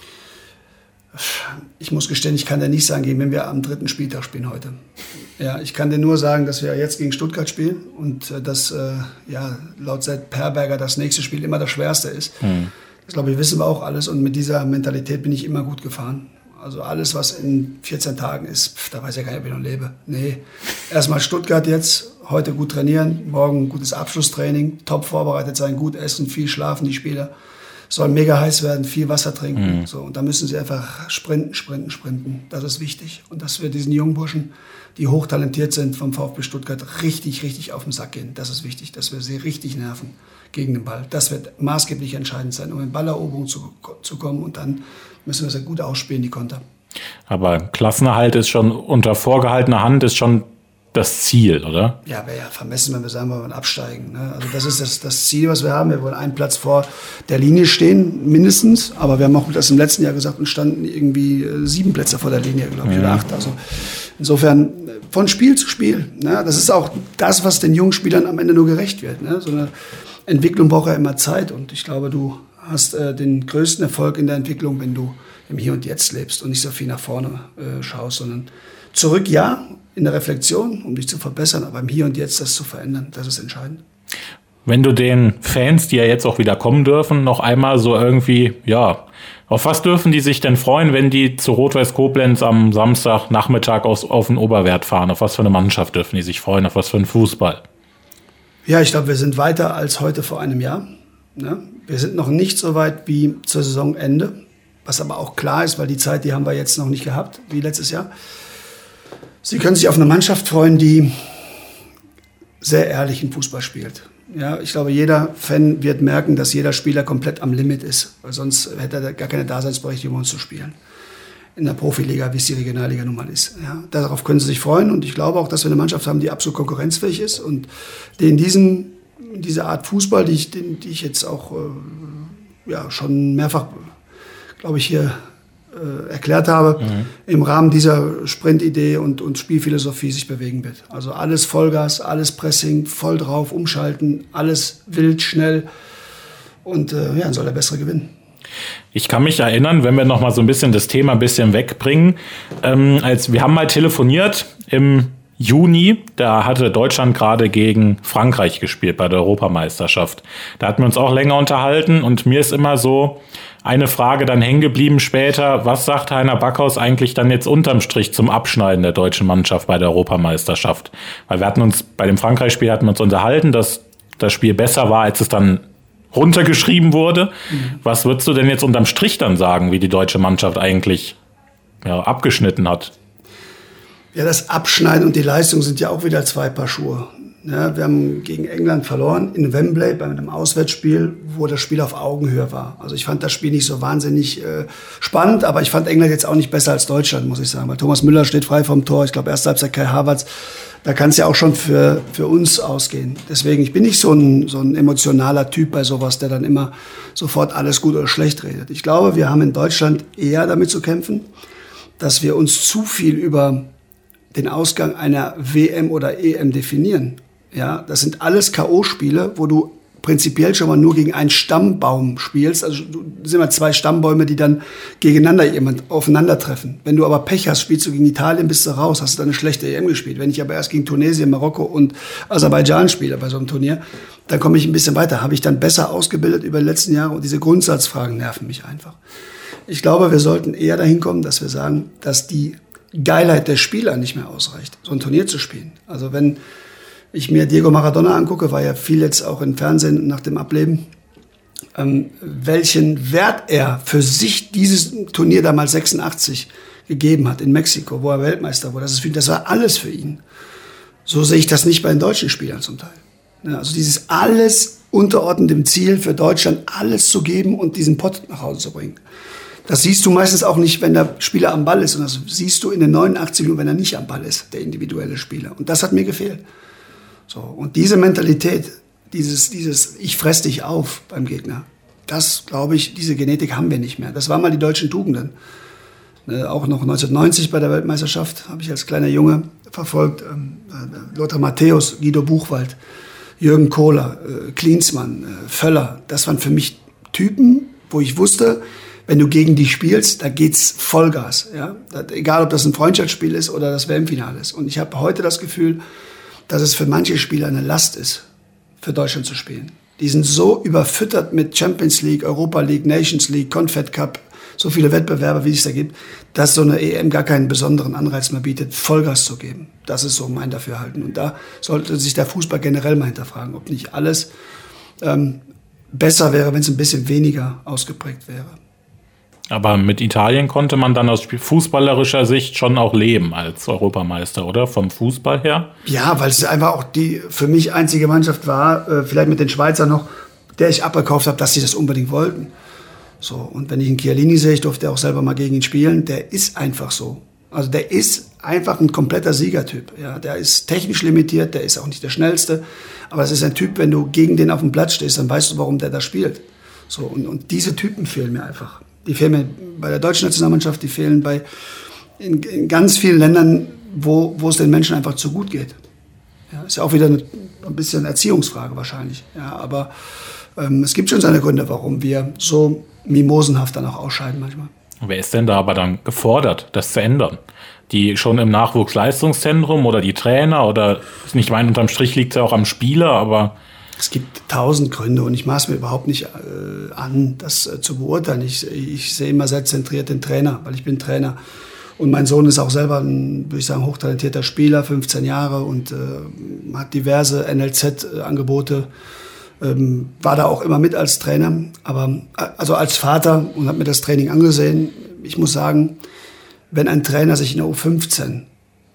Ich muss gestehen, ich kann dir nicht sagen, wenn wir am dritten Spieltag spielen heute. Ja, ich kann dir nur sagen, dass wir jetzt gegen Stuttgart spielen und äh, dass äh, ja, laut Sepp Perberger das nächste Spiel immer das schwerste ist. Hm. Das glaube ich, wissen wir auch alles und mit dieser Mentalität bin ich immer gut gefahren. Also alles, was in vierzehn Tagen ist, pf, da weiß ich gar nicht, ob ich noch lebe. Nee, erstmal Stuttgart jetzt, heute gut trainieren, morgen gutes Abschlusstraining, top vorbereitet sein, gut essen, viel schlafen, die Spieler. Sollen mega heiß werden, viel Wasser trinken. Mhm. So, und da müssen sie einfach sprinten, sprinten, sprinten. Das ist wichtig. Und dass wir diesen jungen Burschen, die hochtalentiert sind vom VfB Stuttgart, richtig, richtig auf den Sack gehen. Das ist wichtig, dass wir sie richtig nerven gegen den Ball. Das wird maßgeblich entscheidend sein, um in Balleroberung zu, zu kommen. Und dann müssen wir sie gut ausspielen, die Konter. Aber Klassenerhalt ist schon unter vorgehaltener Hand, ist schon das Ziel, oder? Ja, wäre ja vermessen, wenn wir sagen, wir wollen absteigen. Ne? Also das ist das, das Ziel, was wir haben. Wir wollen einen Platz vor der Linie stehen, mindestens. Aber wir haben auch das im letzten Jahr gesagt und standen irgendwie sieben Plätze vor der Linie, glaube ich, mhm. oder acht. Also insofern von Spiel zu Spiel. Ne? Das ist auch das, was den jungen Spielern am Ende nur gerecht wird. Ne? So eine Entwicklung braucht ja immer Zeit. Und ich glaube, du hast äh, den größten Erfolg in der Entwicklung, wenn du im Hier und Jetzt lebst und nicht so viel nach vorne äh, schaust, sondern zurück, ja, in der Reflexion, um dich zu verbessern, aber im Hier und Jetzt das zu verändern, das ist entscheidend. Wenn du den Fans, die ja jetzt auch wieder kommen dürfen, noch einmal so irgendwie, ja, auf was dürfen die sich denn freuen, wenn die zu Rot-Weiß Koblenz am Samstagnachmittag aus, auf den Oberwert fahren? Auf was für eine Mannschaft dürfen die sich freuen? Auf was für einen Fußball? Ja, ich glaube, wir sind weiter als heute vor einem Jahr. Ne? Wir sind noch nicht so weit wie zur Saisonende, was aber auch klar ist, weil die Zeit, die haben wir jetzt noch nicht gehabt, wie letztes Jahr. Sie können sich auf eine Mannschaft freuen, die sehr ehrlichen Fußball spielt. Ja, ich glaube, jeder Fan wird merken, dass jeder Spieler komplett am Limit ist, weil sonst hätte er gar keine Daseinsberechtigung, uns zu spielen. In der Profiliga, wie es die Regionalliga nun mal ist. Ja, darauf können sie sich freuen und ich glaube auch, dass wir eine Mannschaft haben, die absolut konkurrenzfähig ist und die in diesem, diese Art Fußball, die ich, die ich jetzt auch äh, ja, schon mehrfach, glaube ich, hier äh, erklärt habe, mhm. im Rahmen dieser Sprintidee und, und Spielphilosophie sich bewegen wird. Also alles Vollgas, alles Pressing, voll drauf, umschalten, alles wild, schnell und äh, ja, dann soll der Bessere gewinnen. Ich kann mich erinnern, wenn wir noch mal so ein bisschen das Thema ein bisschen wegbringen, ähm, als wir haben mal telefoniert im Juni, da hatte Deutschland gerade gegen Frankreich gespielt bei der Europameisterschaft. Da hatten wir uns auch länger unterhalten und mir ist immer so eine Frage dann hängen geblieben später, was sagt Heiner Backhaus eigentlich dann jetzt unterm Strich zum Abschneiden der deutschen Mannschaft bei der Europameisterschaft? Weil wir hatten uns bei dem Frankreich-Spiel hatten wir uns unterhalten, dass das Spiel besser war, als es dann runtergeschrieben wurde. Mhm. Was würdest du denn jetzt unterm Strich dann sagen, wie die deutsche Mannschaft eigentlich ja, abgeschnitten hat? Ja, das Abschneiden und die Leistung sind ja auch wieder zwei Paar Schuhe. Ja, wir haben gegen England verloren in Wembley bei einem Auswärtsspiel, wo das Spiel auf Augenhöhe war. Also ich fand das Spiel nicht so wahnsinnig äh, spannend, aber ich fand England jetzt auch nicht besser als Deutschland, muss ich sagen. Weil Thomas Müller steht frei vom Tor. Ich glaube, erste Halbzeit Kai Havertz. Da kann es ja auch schon für, für uns ausgehen. Deswegen, ich bin nicht so ein, so ein emotionaler Typ bei sowas, der dann immer sofort alles gut oder schlecht redet. Ich glaube, wir haben in Deutschland eher damit zu kämpfen, dass wir uns zu viel über den Ausgang einer W M oder E M definieren. Ja, das sind alles K O-Spiele, wo du prinzipiell schon mal nur gegen einen Stammbaum spielst. Also das sind immer zwei Stammbäume, die dann gegeneinander jemand aufeinandertreffen. Wenn du aber Pech hast, spielst du gegen Italien, bist du raus, hast du dann eine schlechte E M gespielt. Wenn ich aber erst gegen Tunesien, Marokko und Aserbaidschan spiele bei so einem Turnier, dann komme ich ein bisschen weiter. Habe ich dann besser ausgebildet über die letzten Jahre und diese Grundsatzfragen nerven mich einfach. Ich glaube, wir sollten eher dahin kommen, dass wir sagen, dass die Geilheit der Spieler nicht mehr ausreicht, so ein Turnier zu spielen. Also wenn ich mir Diego Maradona angucke, war ja viel jetzt auch im Fernsehen nach dem Ableben, ähm, welchen Wert er für sich dieses Turnier damals sechsundachtzig gegeben hat in Mexiko, wo er Weltmeister wurde. Das, ist, das war alles für ihn. So sehe ich das nicht bei den deutschen Spielern zum Teil. Ja, also dieses alles unterordnen dem Ziel für Deutschland, alles zu geben und diesen Pott nach Hause zu bringen. Das siehst du meistens auch nicht, wenn der Spieler am Ball ist. Und das siehst du in den neunundachtzig Minuten, wenn er nicht am Ball ist, der individuelle Spieler. Und das hat mir gefehlt. So, und diese Mentalität, dieses, dieses ich fress dich auf beim Gegner, das, glaube ich, diese Genetik haben wir nicht mehr. Das waren mal die deutschen Tugenden. Ne, auch noch neunzehnhundertneunzig bei der Weltmeisterschaft habe ich als kleiner Junge verfolgt. Ähm, äh, Lothar Matthäus, Guido Buchwald, Jürgen Kohler, äh, Klinsmann, äh, Völler. Das waren für mich Typen, wo ich wusste, wenn du gegen die spielst, da geht's Vollgas. Ja? Das, egal, ob das ein Freundschaftsspiel ist oder das W M-Finale ist. Und ich habe heute das Gefühl, dass es für manche Spieler eine Last ist, für Deutschland zu spielen. Die sind so überfüttert mit Champions League, Europa League, Nations League, Confed Cup, so viele Wettbewerbe, wie es da gibt, dass so eine E M gar keinen besonderen Anreiz mehr bietet, Vollgas zu geben. Das ist so mein Dafürhalten. Und da sollte sich der Fußball generell mal hinterfragen, ob nicht alles ähm, besser wäre, wenn es ein bisschen weniger ausgeprägt wäre. Aber mit Italien konnte man dann aus fußballerischer Sicht schon auch leben als Europameister, oder? Vom Fußball her? Ja, weil es einfach auch die für mich einzige Mannschaft war, äh, vielleicht mit den Schweizern noch, der ich abgekauft habe, dass sie das unbedingt wollten. So, und wenn ich einen Chiellini sehe, ich durfte auch selber mal gegen ihn spielen, der ist einfach so. Also der ist einfach ein kompletter Siegertyp. Ja, der ist technisch limitiert, der ist auch nicht der Schnellste. Aber es ist ein Typ, wenn du gegen den auf dem Platz stehst, dann weißt du, warum der da spielt. So, und, und diese Typen fehlen mir einfach. Die fehlen mir bei der deutschen Nationalmannschaft, die fehlen bei in, in ganz vielen Ländern, wo, wo es den Menschen einfach zu gut geht. Ja, ist ja auch wieder eine, ein bisschen Erziehungsfrage wahrscheinlich. Ja, aber ähm, es gibt schon seine Gründe, warum wir so mimosenhaft dann auch ausscheiden manchmal. Wer ist denn da aber dann gefordert, das zu ändern? Die schon im Nachwuchsleistungszentrum oder die Trainer? Oder ich meine, unterm Strich liegt es ja auch am Spieler, aber... Es gibt tausend Gründe und ich maß mir überhaupt nicht äh, an, das äh, zu beurteilen. Ich, ich sehe immer sehr zentriert den Trainer, weil ich bin Trainer. Und mein Sohn ist auch selber ein, würde ich sagen, hochtalentierter Spieler, fünfzehn Jahre und äh, hat diverse N L Z-Angebote. Ähm, war da auch immer mit als Trainer, aber also als Vater und habe mir das Training angesehen. Ich muss sagen, wenn ein Trainer sich in der U fünfzehn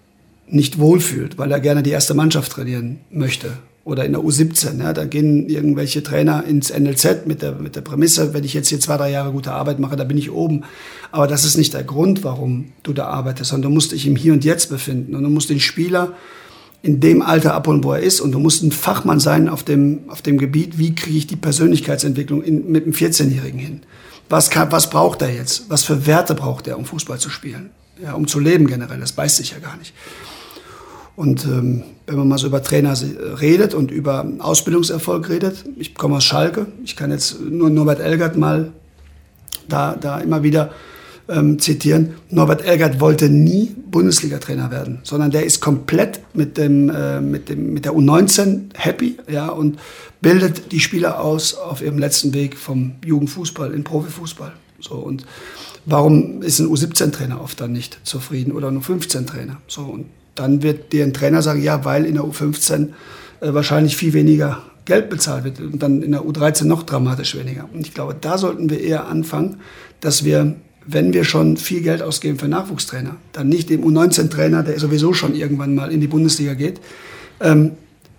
nicht wohlfühlt, weil er gerne die erste Mannschaft trainieren möchte, oder in der U siebzehn, ja, da gehen irgendwelche Trainer ins N L Z mit der, mit der Prämisse, wenn ich jetzt hier zwei, drei Jahre gute Arbeit mache, da bin ich oben. Aber das ist nicht der Grund, warum du da arbeitest, sondern du musst dich im Hier und Jetzt befinden und du musst den Spieler in dem Alter abholen, wo er ist, und du musst ein Fachmann sein auf dem, auf dem Gebiet, wie kriege ich die Persönlichkeitsentwicklung in, mit einem vierzehnjährigen hin. Was, kann, was braucht er jetzt? Was für Werte braucht er, um Fußball zu spielen? Ja, um zu leben generell, das beißt sich ja gar nicht. Und ähm, wenn man mal so über Trainer redet und über Ausbildungserfolg redet, ich komme aus Schalke, ich kann jetzt nur Norbert Elgert mal da, da immer wieder ähm, zitieren. Norbert Elgert wollte nie Bundesliga-Trainer werden, sondern der ist komplett mit, dem, äh, mit, dem, mit der U neunzehn happy, ja, und bildet die Spieler aus auf ihrem letzten Weg vom Jugendfußball in Profifußball. So, und warum ist ein U siebzehn Trainer oft dann nicht zufrieden oder ein U fünfzehn Trainer? So, und dann wird dir ein Trainer sagen, ja, weil in der U fünfzehn äh, wahrscheinlich viel weniger Geld bezahlt wird und dann in der U dreizehn noch dramatisch weniger. Und ich glaube, da sollten wir eher anfangen, dass wir, wenn wir schon viel Geld ausgeben für Nachwuchstrainer, dann nicht dem U neunzehn Trainer, der sowieso schon irgendwann mal in die Bundesliga geht, ähm,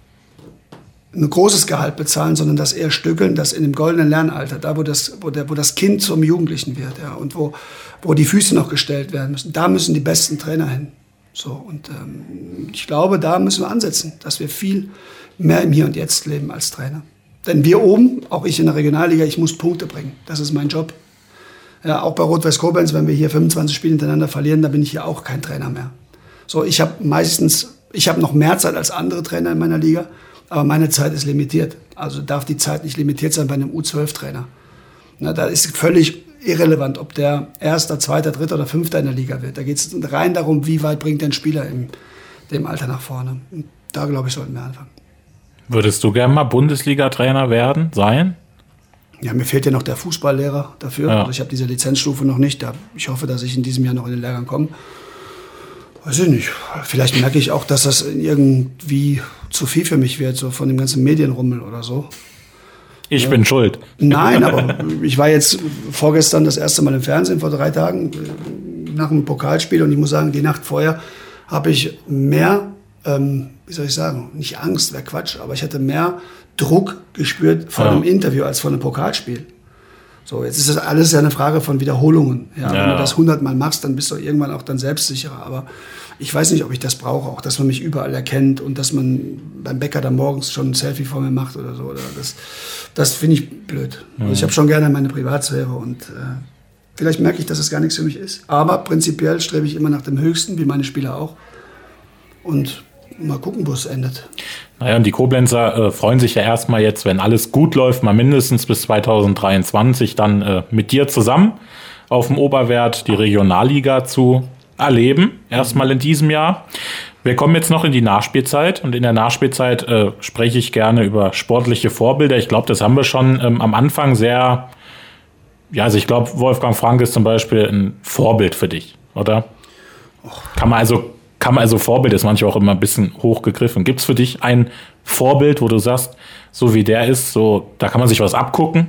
ein großes Gehalt bezahlen, sondern das eher stückeln, das in dem goldenen Lernalter, da wo das, wo der, wo das Kind zum Jugendlichen wird, ja, und wo, wo die Füße noch gestellt werden müssen, da müssen die besten Trainer hin. So, und ähm, ich glaube, da müssen wir ansetzen, dass wir viel mehr im Hier und Jetzt leben als Trainer. Denn wir oben, auch ich in der Regionalliga, ich muss Punkte bringen. Das ist mein Job. Ja, auch bei Rot-Weiß Koblenz, wenn wir hier fünfundzwanzig Spiele hintereinander verlieren, da bin ich hier auch kein Trainer mehr. So, ich habe meistens, ich habe noch mehr Zeit als andere Trainer in meiner Liga, aber meine Zeit ist limitiert. Also darf die Zeit nicht limitiert sein bei einem U zwölf Trainer. Na, da ist völlig irrelevant, ob der Erster, Zweiter, Dritter oder Fünfter in der Liga wird. Da geht es rein darum, wie weit bringt der Spieler in dem Alter nach vorne. Und da, glaube ich, sollten wir anfangen. Würdest du gerne mal Bundesliga-Trainer werden, sein? Ja, mir fehlt ja noch der Fußballlehrer dafür. Ja. Also ich habe diese Lizenzstufe noch nicht. Ich hoffe, dass ich in diesem Jahr noch in den Lehrgang komme. Weiß ich nicht. Vielleicht merke ich auch, dass das irgendwie zu viel für mich wird, so von dem ganzen Medienrummel oder so. Ich ja. bin schuld. Nein, aber ich war jetzt vorgestern das erste Mal im Fernsehen, vor drei Tagen, nach einem Pokalspiel. Und ich muss sagen, die Nacht vorher habe ich mehr, ähm, wie soll ich sagen, nicht Angst, wäre Quatsch, aber ich hatte mehr Druck gespürt vor ja. einem Interview als vor einem Pokalspiel. So, jetzt ist das alles ja eine Frage von Wiederholungen. Ja, ja. Wenn du das hundertmal machst, dann bist du irgendwann auch dann selbstsicherer. Aber ich weiß nicht, ob ich das brauche, auch dass man mich überall erkennt und dass man beim Bäcker dann morgens schon ein Selfie vor mir macht oder so. Oder das das finde ich blöd. Mhm. Also ich habe schon gerne meine Privatsphäre und äh, vielleicht merke ich, dass es gar nichts für mich ist. Aber prinzipiell strebe ich immer nach dem Höchsten, wie meine Spieler auch. Und mal gucken, wo es endet. Naja, und die Koblenzer äh, freuen sich ja erstmal jetzt, wenn alles gut läuft, mal mindestens bis zweitausenddreiundzwanzig dann äh, mit dir zusammen auf dem Oberwert die Regionalliga zu erleben. Erstmal in diesem Jahr. Wir kommen jetzt noch in die Nachspielzeit und in der Nachspielzeit äh, spreche ich gerne über sportliche Vorbilder. Ich glaube, das haben wir schon ähm, am Anfang sehr, ja, also ich glaube, Wolfgang Frank ist zum Beispiel ein Vorbild für dich, oder? Kann man also Kann man also Vorbild ist manchmal auch immer ein bisschen hochgegriffen. Gibt es für dich ein Vorbild, wo du sagst, so wie der ist, so da kann man sich was abgucken?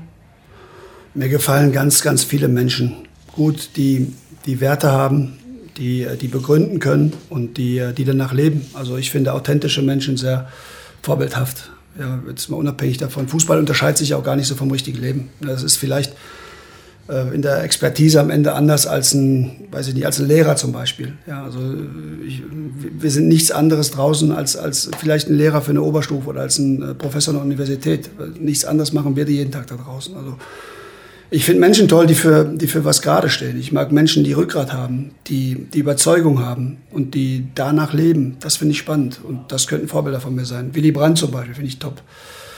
Mir gefallen ganz, ganz viele Menschen gut, die die Werte haben, die die begründen können und die die danach leben. Also ich finde authentische Menschen sehr vorbildhaft. Ja, jetzt mal unabhängig davon. Fußball unterscheidet sich auch gar nicht so vom richtigen Leben. Das ist vielleicht in der Expertise am Ende anders als ein, weiß ich nicht, als ein Lehrer zum Beispiel. Ja, also ich, wir sind nichts anderes draußen als, als vielleicht ein Lehrer für eine Oberstufe oder als ein Professor an der Universität. Nichts anderes machen wir jeden Tag da draußen. Also ich finde Menschen toll, die für, die für was gerade stehen. Ich mag Menschen, die Rückgrat haben, die, die Überzeugung haben und die danach leben. Das finde ich spannend und das könnten Vorbilder von mir sein. Willy Brandt zum Beispiel finde ich top.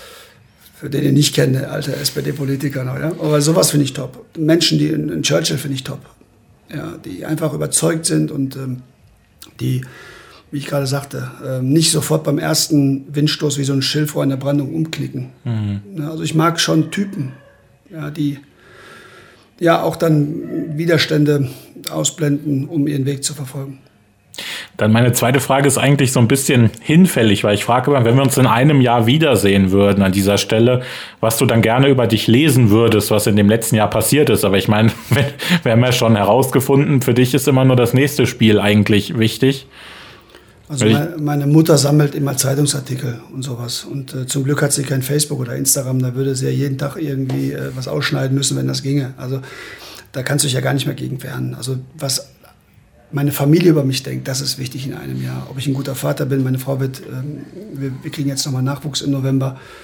Für den ich nicht kenne, alter S P D-Politiker noch, ja. Aber sowas finde ich top. Menschen, die in, in Churchill finde ich top. Ja, die einfach überzeugt sind und ähm, die, wie ich gerade sagte, äh, nicht sofort beim ersten Windstoß wie so ein Schilfrohr in der Brandung umknicken. Mhm. Ja, also ich mag schon Typen, ja, die ja auch dann Widerstände ausblenden, um ihren Weg zu verfolgen. Dann meine zweite Frage ist eigentlich so ein bisschen hinfällig, weil ich frage immer, wenn wir uns in einem Jahr wiedersehen würden an dieser Stelle, was du dann gerne über dich lesen würdest, was in dem letzten Jahr passiert ist. Aber ich meine, wir haben ja schon herausgefunden, für dich ist immer nur das nächste Spiel eigentlich wichtig. Also meine, meine Mutter sammelt immer Zeitungsartikel und sowas. Und äh, zum Glück hat sie kein Facebook oder Instagram, da würde sie ja jeden Tag irgendwie äh, was ausschneiden müssen, wenn das ginge. Also da kannst du dich ja gar nicht mehr gegen wehren. Also was meine Familie über mich denkt, das ist wichtig in einem Jahr. Ob ich ein guter Vater bin, meine Frau wird, ähm, wir, wir kriegen jetzt nochmal Nachwuchs im November.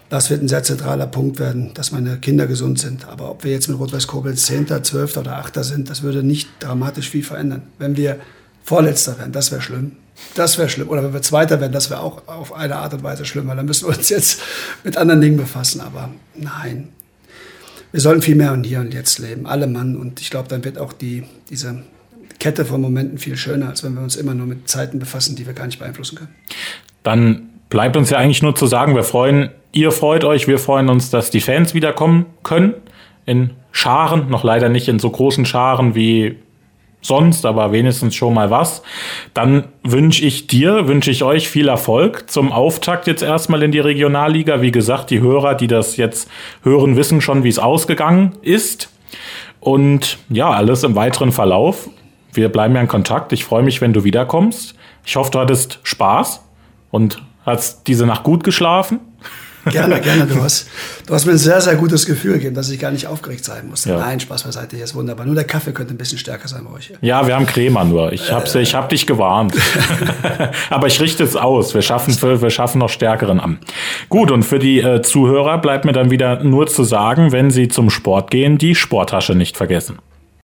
Das wird ein sehr zentraler Punkt werden, dass meine Kinder gesund sind. Aber ob wir jetzt mit Rot-Weiß Koblenz Zehnter, Zwölfter oder Achter sind, das würde nicht dramatisch viel verändern. Wenn wir Vorletzter werden, das wäre schlimm. Das wäre schlimm. Oder wenn wir Zweiter werden, das wäre auch auf eine Art und Weise schlimm, weil dann müssen wir uns jetzt mit anderen Dingen befassen. Aber nein, wir sollen viel mehr im Hier und Jetzt leben, alle Mann. Und ich glaube, dann wird auch die, diese Kette von Momenten viel schöner, als wenn wir uns immer nur mit Zeiten befassen, die wir gar nicht beeinflussen können. Dann bleibt uns ja eigentlich nur zu sagen, wir freuen, ihr freut euch, wir freuen uns, dass die Fans wiederkommen können in Scharen, noch leider nicht in so großen Scharen wie sonst, aber wenigstens schon mal was. Dann wünsche ich dir, wünsche ich euch viel Erfolg zum Auftakt jetzt erstmal in die Regionalliga. Wie gesagt, die Hörer, die das jetzt hören, wissen schon, wie es ausgegangen ist. Und ja, alles im weiteren Verlauf. Wir bleiben ja in Kontakt. Ich freue mich, wenn du wiederkommst. Ich hoffe, du hattest Spaß und hast diese Nacht gut geschlafen. Gerne, gerne. Du hast, du hast mir ein sehr, sehr gutes Gefühl gegeben, dass ich gar nicht aufgeregt sein musste. Ja. Nein, Spaß beiseite, hier ist wunderbar. Nur der Kaffee könnte ein bisschen stärker sein bei euch hier. Ja, wir haben Crema nur. Ich habe äh, ich hab dich gewarnt. Aber ich richte es aus. Wir schaffen, wir schaffen noch stärkeren an. Gut, und für die äh, Zuhörer bleibt mir dann wieder nur zu sagen, wenn sie zum Sport gehen, die Sporttasche nicht vergessen.